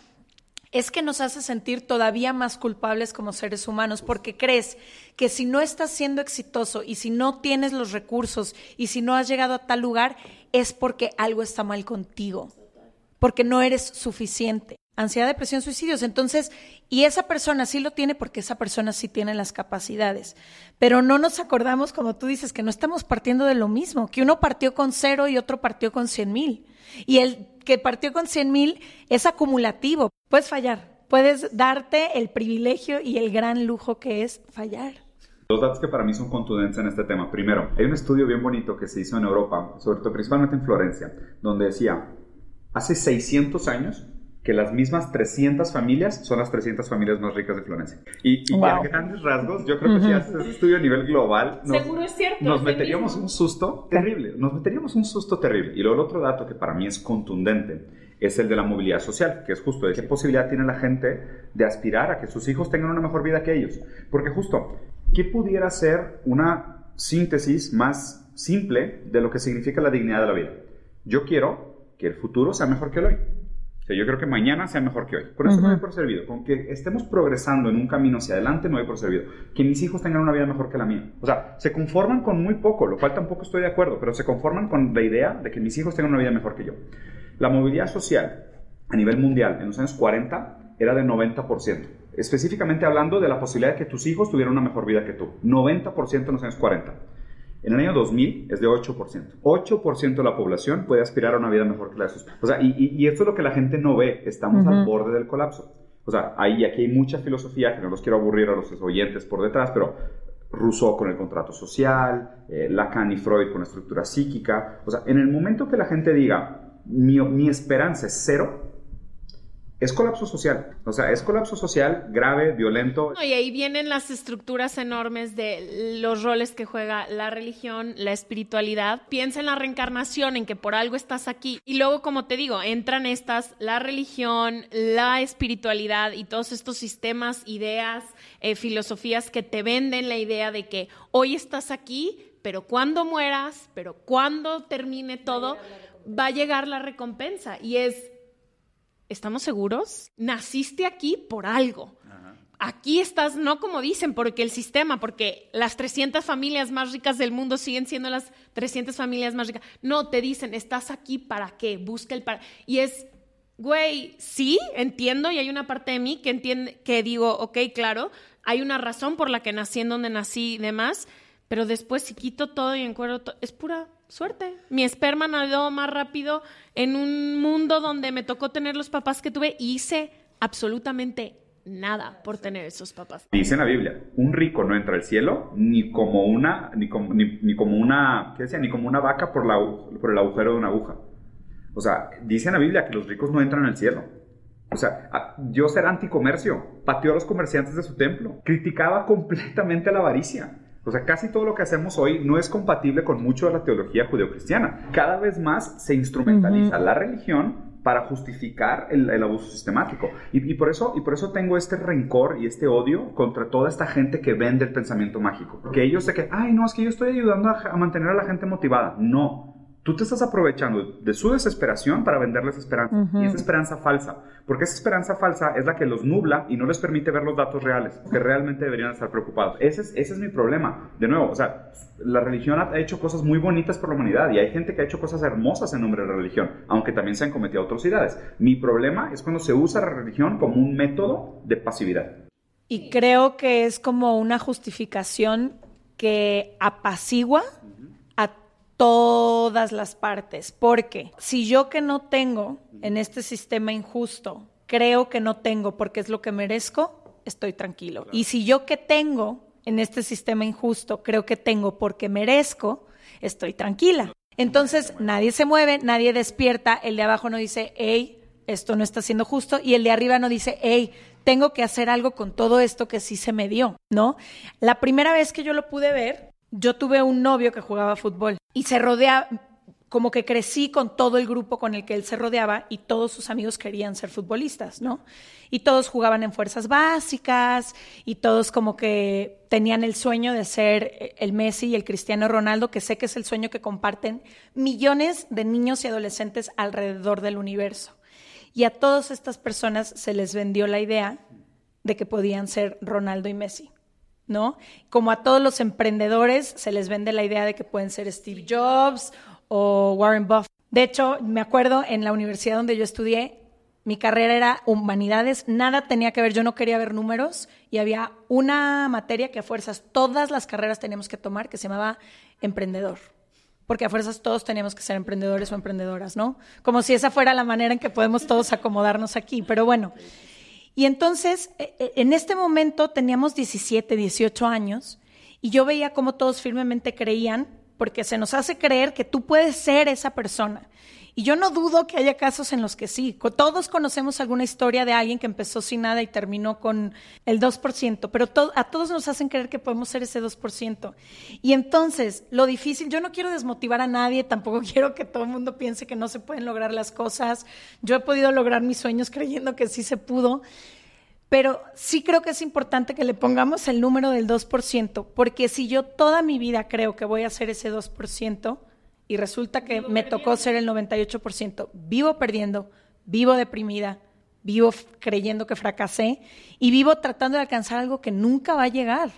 es que nos hace sentir todavía más culpables como seres humanos, porque crees que si no estás siendo exitoso y si no tienes los recursos y si no has llegado a tal lugar, es porque algo está mal contigo, porque no eres suficiente. Ansiedad, depresión, suicidios. Entonces, y esa persona sí lo tiene porque esa persona sí tiene las capacidades. Pero no nos acordamos, como tú dices, que no estamos partiendo de lo mismo, que uno partió con cero y otro partió con cien mil. Y el que partió con cien mil es acumulativo. Puedes fallar, puedes darte el privilegio y el gran lujo que es fallar. Dos datos que para mí son contundentes en este tema. Primero, hay un estudio bien bonito que se hizo en Europa, sobre todo principalmente en Florencia, donde decía, hace seiscientos años, que las mismas trescientas familias son las trescientas familias más ricas de Florencia. Y, y wow. A grandes rasgos, yo creo que uh-huh. si haces ese estudio a nivel global, nos, seguro es cierto, nos es meteríamos un susto terrible. Nos meteríamos un susto terrible. Y luego el otro dato que para mí es contundente es el de la movilidad social, que es justo de qué posibilidad tiene la gente de aspirar a que sus hijos tengan una mejor vida que ellos. Porque justo, ¿qué pudiera ser una síntesis más simple de lo que significa la dignidad de la vida? Yo quiero que el futuro sea mejor que el hoy. O sea, yo creo que mañana sea mejor que hoy. Por eso uh-huh. me doy por servido. Con que estemos progresando en un camino hacia adelante, me doy por servido. Que mis hijos tengan una vida mejor que la mía. O sea, se conforman con muy poco, lo cual tampoco estoy de acuerdo, pero se conforman con la idea de que mis hijos tengan una vida mejor que yo. La movilidad social a nivel mundial en los años cuarenta era de noventa por ciento. Específicamente hablando de la posibilidad de que tus hijos tuvieran una mejor vida que tú. noventa por ciento en los años cuarenta. En el año dos mil es de ocho por ciento. ocho por ciento de la población puede aspirar a una vida mejor que la de sus padres. O sea, y, y, y esto es lo que la gente no ve. Estamos uh-huh. al borde del colapso. O sea, ahí, aquí hay mucha filosofía, que no los quiero aburrir a los oyentes por detrás, pero Rousseau con el contrato social, eh, Lacan y Freud con la estructura psíquica. O sea, en el momento que la gente diga, mi, mi esperanza es cero, es colapso social. O sea, es colapso social grave, violento. No, y ahí vienen las estructuras enormes de los roles que juega la religión, la espiritualidad. Piensa en la reencarnación, en que por algo estás aquí. Y luego, como te digo, entran estas, la religión, la espiritualidad y todos estos sistemas, ideas, eh, filosofías que te venden la idea de que hoy estás aquí, pero cuando mueras, pero cuando termine todo, va a llegar la recompensa. Y es... ¿Estamos seguros? Naciste aquí por algo. Ajá. Aquí estás, no como dicen, porque el sistema, porque las trescientas familias más ricas del mundo siguen siendo las trescientas familias más ricas. No, te dicen, estás aquí para qué, busca el para. Y es, güey, sí, entiendo, y hay una parte de mí que entiende, que digo, ok, claro, hay una razón por la que nací en donde nací y demás, pero después si quito todo y encuentro todo, es pura suerte. Mi esperma nadó más rápido en un mundo donde me tocó tener los papás que tuve y hice absolutamente nada por tener esos papás. Dice en la Biblia, un rico no entra al cielo ni como una, ni como, ni, ni como una, ¿qué decía? Ni como una vaca por, la, por el agujero de una aguja. O sea, dice en la Biblia que los ricos no entran al cielo. O sea, Dios era anticomercio, pateó a los comerciantes de su templo, criticaba completamente la avaricia. O sea, casi todo lo que hacemos hoy no es compatible con mucho de la teología judeocristiana. Cada vez más se instrumentaliza uh-huh. la religión para justificar el, el abuso sistemático. Y, y, por eso, y por eso tengo este rencor y este odio contra toda esta gente que vende el pensamiento mágico. Porque ellos se que, ay, no, es que yo estoy ayudando a, a mantener a la gente motivada. No. Tú te estás aprovechando de su desesperación para venderles esperanza. Uh-huh. Y es esperanza falsa. Porque esa esperanza falsa es la que los nubla y no les permite ver los datos reales, que realmente deberían estar preocupados. Ese es, ese es mi problema. De nuevo, o sea, la religión ha hecho cosas muy bonitas por la humanidad y hay gente que ha hecho cosas hermosas en nombre de la religión, aunque también se han cometido atrocidades. Mi problema es cuando se usa la religión como un método de pasividad. Y creo que es como una justificación que apacigua a todas las partes. Porque si yo que no tengo en este sistema injusto, creo que no tengo porque es lo que merezco, estoy tranquilo. Claro. Y si yo que tengo en este sistema injusto, creo que tengo porque merezco, estoy tranquila. Entonces, nadie se mueve, nadie despierta, el de abajo no dice, hey, esto no está siendo justo, y el de arriba no dice, hey, tengo que hacer algo con todo esto que sí se me dio, ¿no? La primera vez que yo lo pude ver, yo tuve un novio que jugaba fútbol y se rodea, como que crecí con todo el grupo con el que él se rodeaba y todos sus amigos querían ser futbolistas, ¿no? Y todos jugaban en fuerzas básicas y todos como que tenían el sueño de ser el Messi y el Cristiano Ronaldo, que sé que es el sueño que comparten millones de niños y adolescentes alrededor del universo. Y a todas estas personas se les vendió la idea de que podían ser Ronaldo y Messi, ¿no? Como a todos los emprendedores se les vende la idea de que pueden ser Steve Jobs o Warren Buffett. De hecho, me acuerdo en la universidad donde yo estudié, mi carrera era humanidades, nada tenía que ver, yo no quería ver números y había una materia que a fuerzas todas las carreras teníamos que tomar que se llamaba emprendedor, porque a fuerzas todos teníamos que ser emprendedores o emprendedoras, ¿no? Como si esa fuera la manera en que podemos todos acomodarnos aquí, pero bueno. Y entonces, en este momento teníamos diecisiete, dieciocho años y yo veía cómo todos firmemente creían, porque se nos hace creer que tú puedes ser esa persona. Y yo no dudo que haya casos en los que sí. Todos conocemos alguna historia de alguien que empezó sin nada y terminó con el dos por ciento, pero to- a todos nos hacen creer que podemos ser ese dos por ciento. Y entonces, lo difícil, yo no quiero desmotivar a nadie, tampoco quiero que todo el mundo piense que no se pueden lograr las cosas. Yo he podido lograr mis sueños creyendo que sí se pudo, pero sí creo que es importante que le pongamos el número del dos por ciento, porque si yo toda mi vida creo que voy a ser ese dos por ciento y resulta que me tocó ser el noventa y ocho por ciento, vivo perdiendo, vivo deprimida, vivo f- creyendo que fracasé y vivo tratando de alcanzar algo que nunca va a llegar.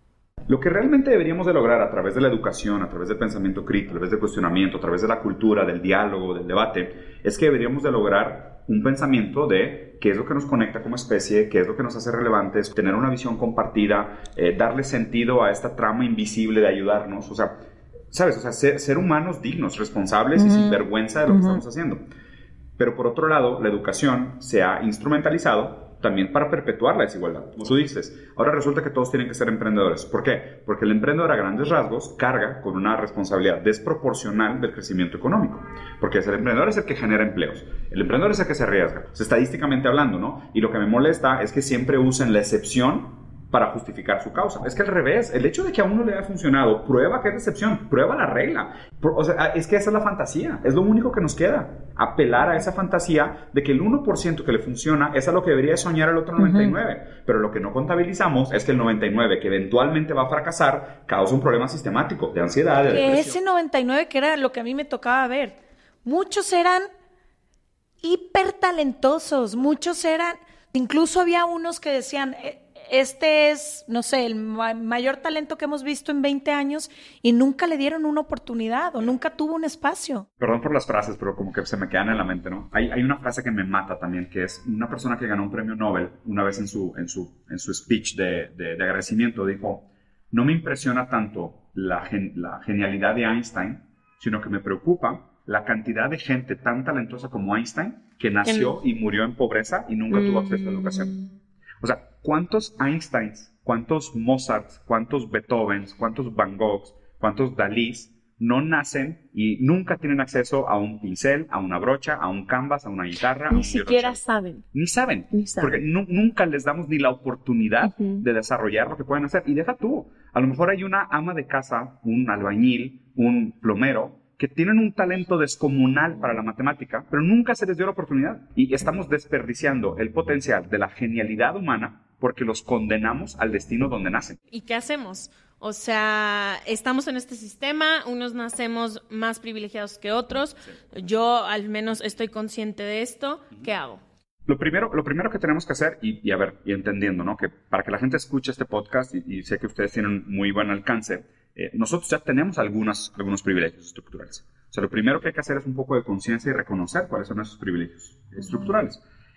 Lo que realmente deberíamos de lograr a través de la educación, a través del pensamiento crítico, a través del cuestionamiento, a través de la cultura, del diálogo, del debate, es que deberíamos de lograr un pensamiento de qué es lo que nos conecta como especie, qué es lo que nos hace relevantes, tener una visión compartida, eh, darle sentido a esta trama invisible de ayudarnos, o sea, ¿sabes? O sea, ser, ser humanos dignos, responsables uh-huh. y sin vergüenza de lo uh-huh. que estamos haciendo. Pero por otro lado, la educación se ha instrumentalizado también para perpetuar la desigualdad, como tú dices. Ahora resulta que todos tienen que ser emprendedores. ¿Por qué? Porque el emprendedor a grandes rasgos carga con una responsabilidad desproporcional del crecimiento económico. Porque el emprendedor es el que genera empleos. El emprendedor es el que se arriesga, o sea, estadísticamente hablando, ¿no? Y lo que me molesta es que siempre usen la excepción para justificar su causa. Es que al revés, el hecho de que a uno le haya funcionado, prueba que es excepción, prueba la regla. O sea, es que esa es la fantasía, es lo único que nos queda. Apelar a esa fantasía de que el uno por ciento que le funciona es a lo que debería soñar el otro noventa y nueve por ciento. Uh-huh. Pero lo que no contabilizamos es que el noventa y nueve por ciento, que eventualmente va a fracasar, causa un problema sistemático de ansiedad, de depresión. Ese noventa y nueve por ciento que era lo que a mí me tocaba ver, muchos eran hiper talentosos, muchos eran, incluso había unos que decían, este es, no sé, el ma- mayor talento que hemos visto en veinte años y nunca le dieron una oportunidad o nunca tuvo un espacio. Perdón por las frases, pero como que se me quedan en la mente, ¿no? Hay, hay una frase que me mata también, que es una persona que ganó un premio Nobel una vez en su, en su, en su speech de, de, de agradecimiento, dijo, no me impresiona tanto la, gen, la genialidad de Einstein, sino que me preocupa la cantidad de gente tan talentosa como Einstein que nació y murió en pobreza y nunca mm. tuvo acceso a la educación. O sea, ¿cuántos Einsteins, cuántos Mozarts, cuántos Beethovens, cuántos Van Goghs, cuántos Dalís no nacen y nunca tienen acceso a un pincel, a una brocha, a un canvas, a una guitarra? Ni a un siquiera saben. Ni saben. Ni saben. Porque nu- nunca les damos ni la oportunidad uh-huh. de desarrollar lo que pueden hacer. Y deja tú, a lo mejor hay una ama de casa, un albañil, un plomero, que tienen un talento descomunal para la matemática, pero nunca se les dio la oportunidad. Y estamos desperdiciando el potencial de la genialidad humana porque los condenamos al destino donde nacen. ¿Y qué hacemos? O sea, estamos en este sistema, unos nacemos más privilegiados que otros. Sí. Yo al menos estoy consciente de esto. ¿Qué hago? Lo primero, lo primero que tenemos que hacer, y, y a ver, y entendiendo, ¿no? Que para que la gente escuche este podcast, y, y sé que ustedes tienen muy buen alcance, eh, nosotros ya tenemos algunas, algunos privilegios estructurales. O sea, lo primero que hay que hacer es un poco de conciencia y reconocer cuáles son esos privilegios estructurales.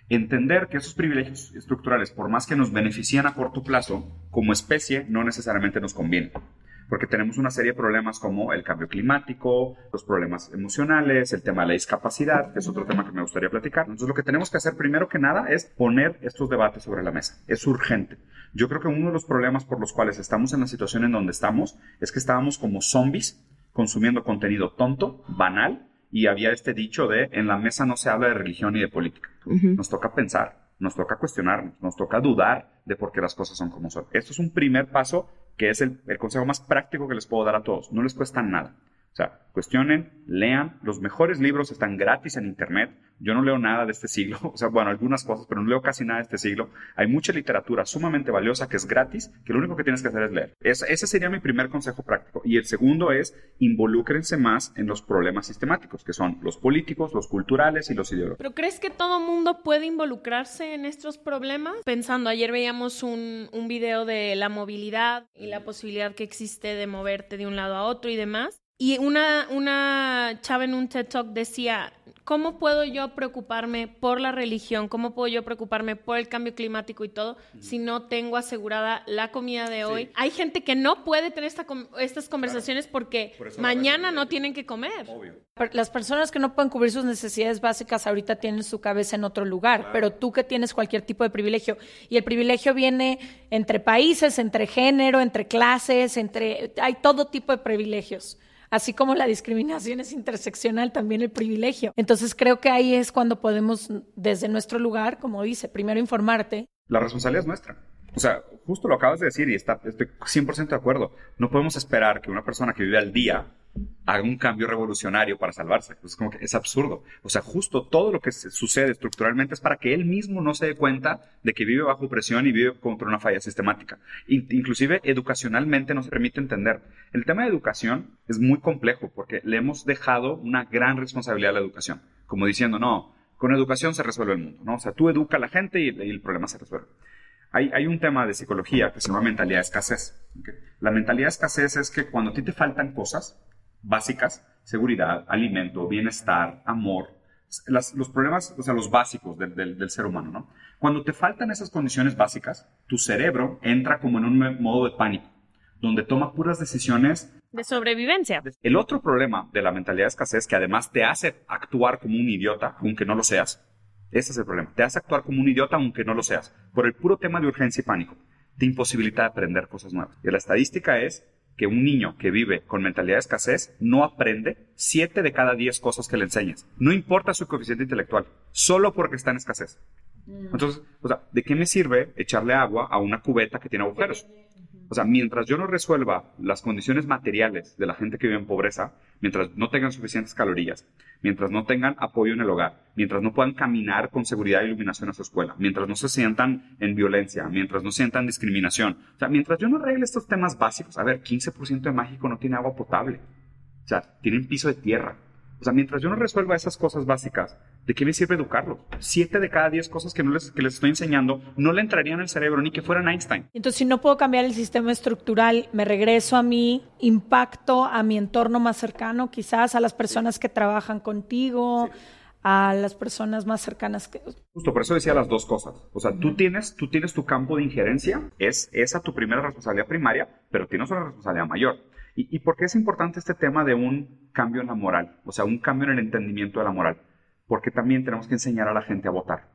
Entender que esos privilegios estructurales, por más que nos benefician a corto plazo, como especie no necesariamente nos convienen. Porque tenemos una serie de problemas como el cambio climático, los problemas emocionales, el tema de la discapacidad, que es otro tema que me gustaría platicar. Entonces, lo que tenemos que hacer primero que nada es poner estos debates sobre la mesa. Es urgente. Yo creo que uno de los problemas por los cuales estamos en la situación en donde estamos es que estábamos como zombies consumiendo contenido tonto, banal, y había este dicho de en la mesa no se habla de religión ni de política. Uh-huh. Nos toca pensar, nos toca cuestionarnos, nos toca dudar de por qué las cosas son como son. Esto es un primer paso que es el, el consejo más práctico que les puedo dar a todos. No les cuesta nada. O sea, cuestionen, lean. Los mejores libros están gratis en internet. Yo no leo nada de este siglo. O sea, bueno, algunas cosas, pero no leo casi nada de este siglo. Hay mucha literatura sumamente valiosa que es gratis, que lo único que tienes que hacer es leer. Es, ese sería mi primer consejo práctico. Y el segundo es, involúcrense más en los problemas sistemáticos, que son los políticos, los culturales y los ideológicos. ¿Pero crees que todo mundo puede involucrarse en estos problemas? Pensando, ayer veíamos un, un video de la movilidad y la posibilidad que existe de moverte de un lado a otro y demás. Y una, una chava en un TED Talk decía, ¿cómo puedo yo preocuparme por la religión? ¿Cómo puedo yo preocuparme por el cambio climático y todo uh-huh. si no tengo asegurada la comida de hoy? Sí. Hay gente que no puede tener esta, estas conversaciones claro. porque Por mañana no tienen que comer. Obvio. Las personas que no pueden cubrir sus necesidades básicas ahorita tienen su cabeza en otro lugar, claro. pero tú que tienes cualquier tipo de privilegio, y el privilegio viene entre países, entre género, entre clases, entre hay todo tipo de privilegios. Así como la discriminación es interseccional, también el privilegio. Entonces creo que ahí es cuando podemos, desde nuestro lugar, como dice, primero informarte. La responsabilidad es nuestra. O sea, justo lo acabas de decir y está, estoy cien por ciento de acuerdo. No podemos esperar que una persona que vive al día haga un cambio revolucionario para salvarse. Pues es como que es absurdo. O sea, justo todo lo que sucede estructuralmente es para que él mismo no se dé cuenta de que vive bajo presión y vive contra una falla sistemática. Inclusive, educacionalmente no se permite entender. El tema de educación es muy complejo porque le hemos dejado una gran responsabilidad a la educación. Como diciendo, no, con educación se resuelve el mundo, ¿no? O sea, tú educa a la gente y, y el problema se resuelve. Hay, hay un tema de psicología que se llama mentalidad de escasez. ¿Okay? La mentalidad de escasez es que cuando a ti te faltan cosas básicas, seguridad, alimento, bienestar, amor, las, los problemas, o sea, los básicos del, del, del ser humano, ¿no? Cuando te faltan esas condiciones básicas, tu cerebro entra como en un modo de pánico, donde toma puras decisiones de sobrevivencia. El otro problema de la mentalidad de escasez, que además te hace actuar como un idiota, aunque no lo seas, ese es el problema. Te hace actuar como un idiota aunque no lo seas. Por el puro tema de urgencia y pánico. Te imposibilita aprender cosas nuevas. Y la estadística es que un niño que vive con mentalidad de escasez no aprende siete de cada diez cosas que le enseñes. No importa su coeficiente intelectual. Solo porque está en escasez. Entonces, o sea, ¿de qué me sirve echarle agua a una cubeta que tiene agujeros? O sea, mientras yo no resuelva las condiciones materiales de la gente que vive en pobreza, mientras no tengan suficientes calorías, mientras no tengan apoyo en el hogar, mientras no puedan caminar con seguridad e iluminación a su escuela, mientras no se sientan en violencia, mientras no sientan discriminación, o sea, mientras yo no arregle estos temas básicos, a ver, quince por ciento de México no tiene agua potable, o sea, tienen piso de tierra. O sea, mientras yo no resuelva esas cosas básicas, ¿de qué me sirve educarlos? Siete de cada diez cosas que, no les, que les estoy enseñando no le entrarían al cerebro ni que fueran Einstein. Entonces, si no puedo cambiar el sistema estructural, me regreso a mí, impacto a mi entorno más cercano, quizás a las personas que trabajan contigo, sí. a las personas más cercanas. Que... Justo, por eso decía las dos cosas. O sea, uh-huh. tú, tienes, tú tienes tu campo de injerencia, es esa tu primera responsabilidad primaria, pero tienes una responsabilidad mayor. ¿Y, ¿Y por qué es importante este tema de un cambio en la moral? O sea, un cambio en el entendimiento de la moral. Porque también tenemos que enseñar a la gente a votar.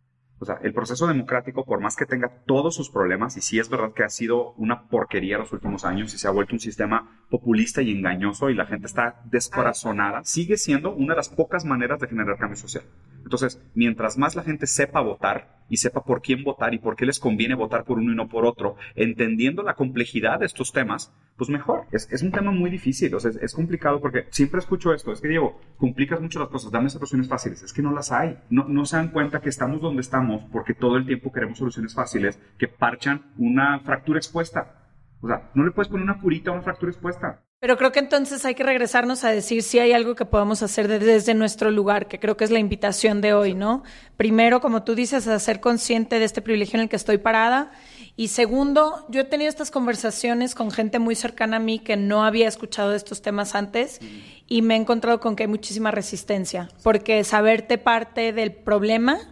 O sea, el proceso democrático, por más que tenga todos sus problemas, y sí es verdad que ha sido una porquería los últimos años y se ha vuelto un sistema populista y engañoso y la gente está descorazonada, sigue siendo una de las pocas maneras de generar cambio social. Entonces, mientras más la gente sepa votar y sepa por quién votar y por qué les conviene votar por uno y no por otro, entendiendo la complejidad de estos temas, pues mejor. Es, es un tema muy difícil, o sea, es, es complicado porque siempre escucho esto, es que Diego, complicas mucho las cosas, dame soluciones fáciles. Es que no las hay. No, no se dan cuenta que estamos donde estamos porque todo el tiempo queremos soluciones fáciles que parchan una fractura expuesta. O sea, no le puedes poner una curita a una fractura expuesta. Pero creo que entonces hay que regresarnos a decir si hay algo que podamos hacer desde nuestro lugar, que creo que es la invitación de hoy, ¿no? Primero, como tú dices, a ser consciente de este privilegio en el que estoy parada. Y segundo, yo he tenido estas conversaciones con gente muy cercana a mí que no había escuchado de estos temas antes y me he encontrado con que hay muchísima resistencia, porque saberte parte del problema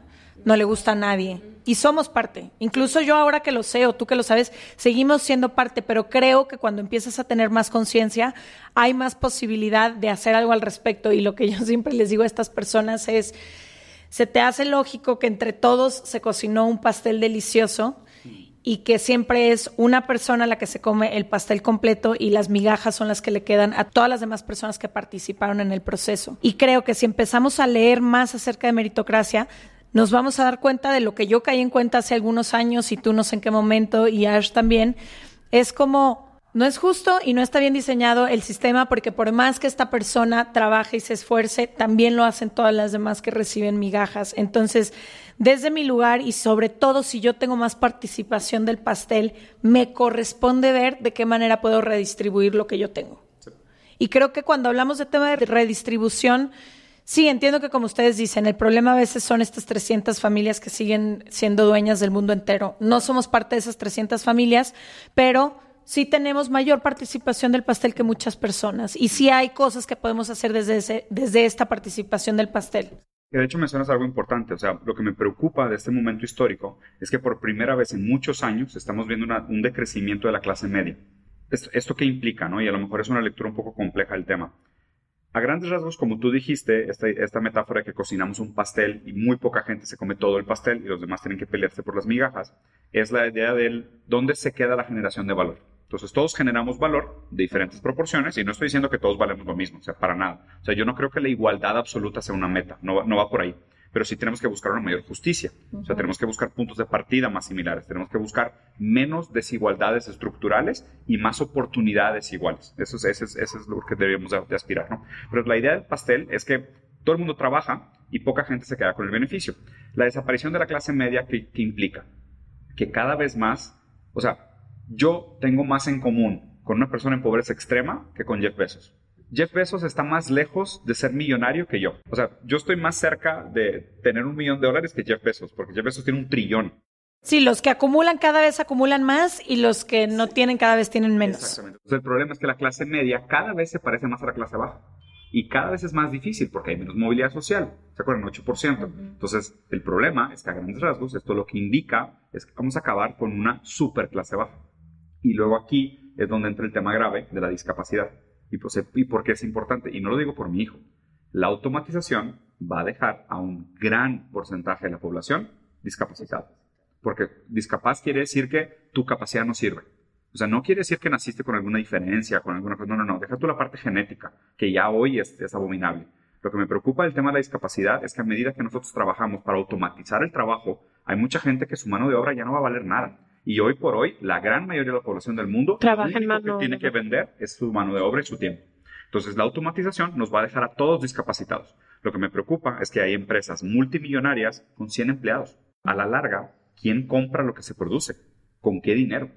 no le gusta a nadie. Y somos parte. Incluso yo ahora que lo sé, o tú que lo sabes, seguimos siendo parte, pero creo que cuando empiezas a tener más conciencia, hay más posibilidad de hacer algo al respecto. Y lo que yo siempre les digo a estas personas es, se te hace lógico que entre todos se cocinó un pastel delicioso y que siempre es una persona la que se come el pastel completo y las migajas son las que le quedan a todas las demás personas que participaron en el proceso. Y creo que si empezamos a leer más acerca de meritocracia, nos vamos a dar cuenta de lo que yo caí en cuenta hace algunos años y tú no sé en qué momento, y Ash también, es como no es justo y no está bien diseñado el sistema, porque por más que esta persona trabaje y se esfuerce, también lo hacen todas las demás que reciben migajas. Entonces, desde mi lugar y sobre todo si yo tengo más participación del pastel, me corresponde ver de qué manera puedo redistribuir lo que yo tengo. Sí. Y creo que cuando hablamos de tema de redistribución, sí, entiendo que como ustedes dicen, el problema a veces son estas trescientas familias que siguen siendo dueñas del mundo entero. No somos parte de esas trescientas familias, pero sí tenemos mayor participación del pastel que muchas personas. Y sí hay cosas que podemos hacer desde, ese, desde esta participación del pastel. De hecho, mencionas algo importante. O sea, lo que me preocupa de este momento histórico es que por primera vez en muchos años estamos viendo una, un decrecimiento de la clase media. ¿Esto, esto qué implica, no? Y a lo mejor es una lectura un poco compleja del tema. A grandes rasgos, como tú dijiste, esta, esta metáfora de que cocinamos un pastel y muy poca gente se come todo el pastel y los demás tienen que pelearse por las migajas, es la idea del dónde se queda la generación de valor. Entonces, todos generamos valor de diferentes proporciones y no estoy diciendo que todos valemos lo mismo, o sea, para nada. O sea, yo no creo que la igualdad absoluta sea una meta, no va, no va por ahí. Pero sí tenemos que buscar una mayor justicia. Uh-huh. O sea, tenemos que buscar puntos de partida más similares. Tenemos que buscar menos desigualdades estructurales y más oportunidades iguales. Eso es, eso es, eso es lo que deberíamos de, de aspirar, ¿no? Pero la idea del pastel es que todo el mundo trabaja y poca gente se queda con el beneficio. La desaparición de la clase media, ¿qué, qué implica? Que cada vez más, o sea, yo tengo más en común con una persona en pobreza extrema que con Jeff Bezos. Jeff Bezos está más lejos de ser millonario que yo. O sea, yo estoy más cerca de tener un millón de dólares que Jeff Bezos, porque Jeff Bezos tiene un trillón. Sí, los que acumulan cada vez acumulan más y los que no sí. tienen cada vez tienen menos. Exactamente. Entonces, el problema es que la clase media cada vez se parece más a la clase baja. Y cada vez es más difícil porque hay menos movilidad social. ¿Se acuerdan? ocho por ciento. Uh-huh. Entonces, el problema es que a grandes rasgos esto lo que indica es que vamos a acabar con una super clase baja. Y luego aquí es donde entra el tema grave de la discapacidad. ¿Y, pues, ¿Y por qué es importante? Y no lo digo por mi hijo. La automatización va a dejar a un gran porcentaje de la población discapacitada. Porque discapaz quiere decir que tu capacidad no sirve. O sea, no quiere decir que naciste con alguna diferencia, con alguna cosa. No, no, no. Deja tú la parte genética, que ya hoy es, es abominable. Lo que me preocupa del tema de la discapacidad es que a medida que nosotros trabajamos para automatizar el trabajo, hay mucha gente que su mano de obra ya no va a valer nada. Y hoy por hoy, la gran mayoría de la población del mundo, trabaja lo único en mano que tiene que vender es su mano de obra y su tiempo. Entonces, la automatización nos va a dejar a todos discapacitados. Lo que me preocupa es que hay empresas multimillonarias con cien empleados. A la larga, ¿quién compra lo que se produce? ¿Con qué dinero?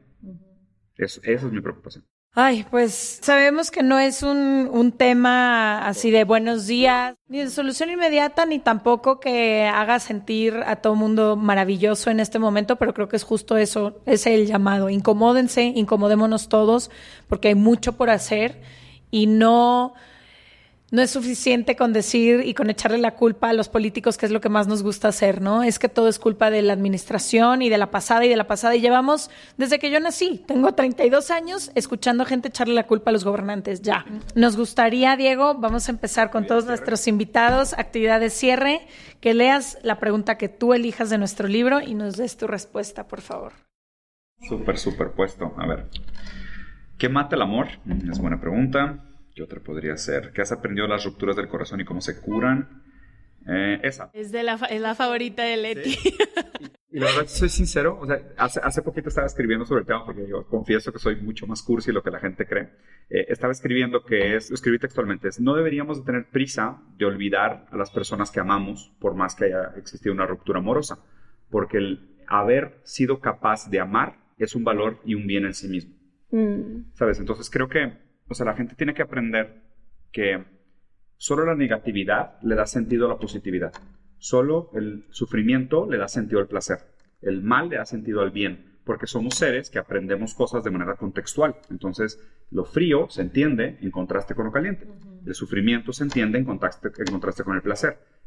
Eso, eso es mi preocupación. Ay, pues sabemos que no es un, un tema así de buenos días, ni de solución inmediata, ni tampoco que haga sentir a todo mundo maravilloso en este momento, pero creo que es justo eso, es el llamado. Incomódense, incomodémonos todos, porque hay mucho por hacer y no... No es suficiente con decir y con echarle la culpa a los políticos, que es lo que más nos gusta hacer, ¿no? Es que todo es culpa de la administración y de la pasada y de la pasada. Y llevamos, desde que yo nací, tengo treinta y dos años, escuchando a gente echarle la culpa a los gobernantes. Ya. Nos gustaría, Diego, vamos a empezar con todos nuestros invitados, actividad de cierre, que leas la pregunta que tú elijas de nuestro libro y nos des tu respuesta, por favor. Súper, súper puesto. A ver. ¿Qué mata el amor? Es buena pregunta. ¿Qué otra podría ser? ¿Qué has aprendido de las rupturas del corazón y cómo se curan? Eh, esa. Es, de la, es la favorita de Leti. ¿Sí? Y, y la verdad, soy sincero, o sea, hace, hace poquito estaba escribiendo sobre el tema, porque yo confieso que soy mucho más cursi de lo que la gente cree. Eh, estaba escribiendo que es, escribí textualmente, es, no deberíamos de tener prisa de olvidar a las personas que amamos, por más que haya existido una ruptura amorosa, porque el haber sido capaz de amar es un valor y un bien en sí mismo. Mm. ¿Sabes? Entonces creo que O sea, la gente tiene que aprender que solo la negatividad le da sentido a la positividad. Solo el sufrimiento le da sentido al placer. El mal le da sentido al bien, porque somos seres que aprendemos cosas de manera contextual. Entonces, lo frío se entiende en contraste con lo caliente. Uh-huh. El sufrimiento se entiende en contraste, en contraste con el placer.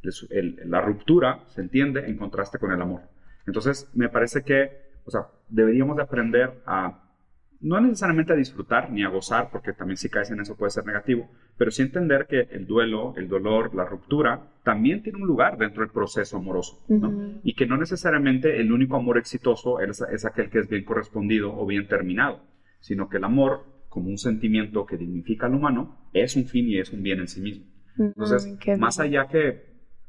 el, el, la ruptura se entiende en contraste con el amor. Entonces, me parece que, o sea, deberíamos de aprender a, no necesariamente a disfrutar ni a gozar, porque también si caes en eso puede ser negativo, pero sí entender que el duelo, el dolor, la ruptura, también tiene un lugar dentro del proceso amoroso, ¿no? Uh-huh. Y que no necesariamente el único amor exitoso es, es aquel que es bien correspondido o bien terminado, sino que el amor, como un sentimiento que dignifica al humano, es un fin y es un bien en sí mismo. Entonces, uh-huh. más allá que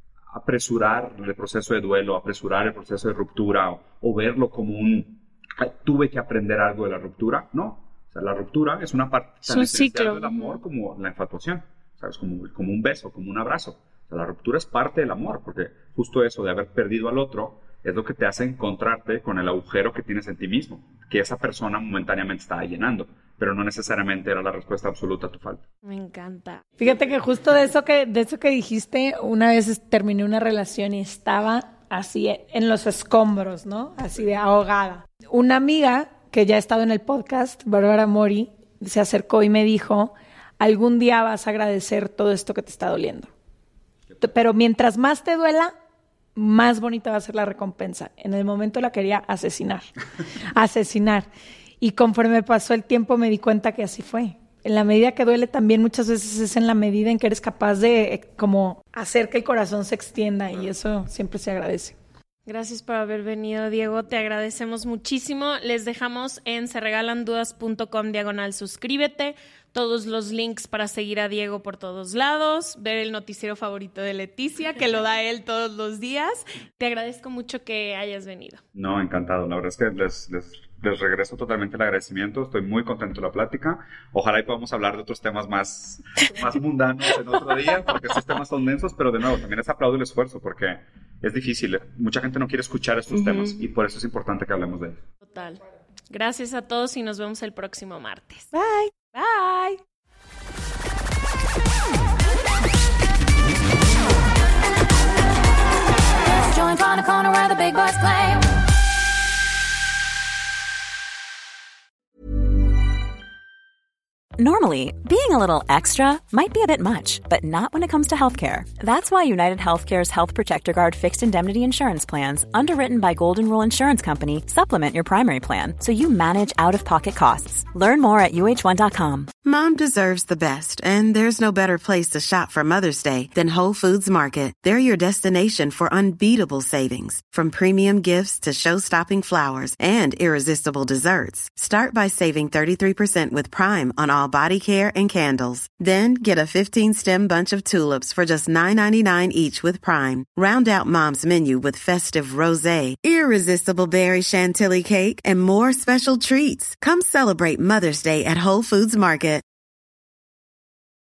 apresurar el proceso de duelo, apresurar el proceso de ruptura o, o verlo como un tuve que aprender algo de la ruptura, no. O sea, la ruptura es una parte tan esencial del amor como la infatuación, ¿sabes? Como, como un beso, como un abrazo. O sea, la ruptura es parte del amor, porque justo eso de haber perdido al otro es lo que te hace encontrarte con el agujero que tienes en ti mismo, que esa persona momentáneamente estaba llenando, pero no necesariamente era la respuesta absoluta a tu falta. Me encanta. Fíjate que justo de eso que, de eso que dijiste, una vez terminé una relación y estaba así en los escombros, ¿no? Así de ahogada. Una amiga que ya ha estado en el podcast, Bárbara Mori, se acercó y me dijo, algún día vas a agradecer todo esto que te está doliendo. Pero mientras más te duela, más bonita va a ser la recompensa. En el momento la quería asesinar. Asesinar. Y conforme pasó el tiempo me di cuenta que así fue. En la medida que duele también muchas veces es en la medida en que eres capaz de eh, como hacer que el corazón se extienda y eso siempre se agradece. Gracias por haber venido, Diego. Te agradecemos muchísimo. Les dejamos en serregalandudas.com diagonal suscríbete. Todos los links para seguir a Diego por todos lados. Ver el noticiero favorito de Leticia, que lo da él todos los días. Te agradezco mucho que hayas venido. No, encantado. La verdad es que les, les, les regreso totalmente el agradecimiento. Estoy muy contento de la plática. Ojalá y podamos hablar de otros temas más, más mundanos en otro día, porque estos temas son densos, pero de nuevo, también les aplaudo el esfuerzo, porque es difícil. Mucha gente no quiere escuchar estos uh-huh. temas y por eso es importante que hablemos de ellos. Total. Gracias a todos y nos vemos el próximo martes. Bye. Bye. Join on a corner where the big boys play. Normally, being a little extra might be a bit much, but not when it comes to healthcare. That's why United Healthcare's Health Protector Guard fixed indemnity insurance plans, underwritten by Golden Rule Insurance Company, supplement your primary plan so you manage out-of-pocket costs. Learn more at U H one dot com. Mom deserves the best, and there's no better place to shop for Mother's Day than Whole Foods Market. They're your destination for unbeatable savings, from premium gifts to show-stopping flowers and irresistible desserts. Start by saving thirty-three percent with Prime on all body care and candles. Then get a fifteen-stem bunch of tulips for just nine ninety-nine each with Prime. Round out Mom's menu with festive rosé, irresistible berry chantilly cake, and more special treats. Come celebrate Mother's Day at Whole Foods Market.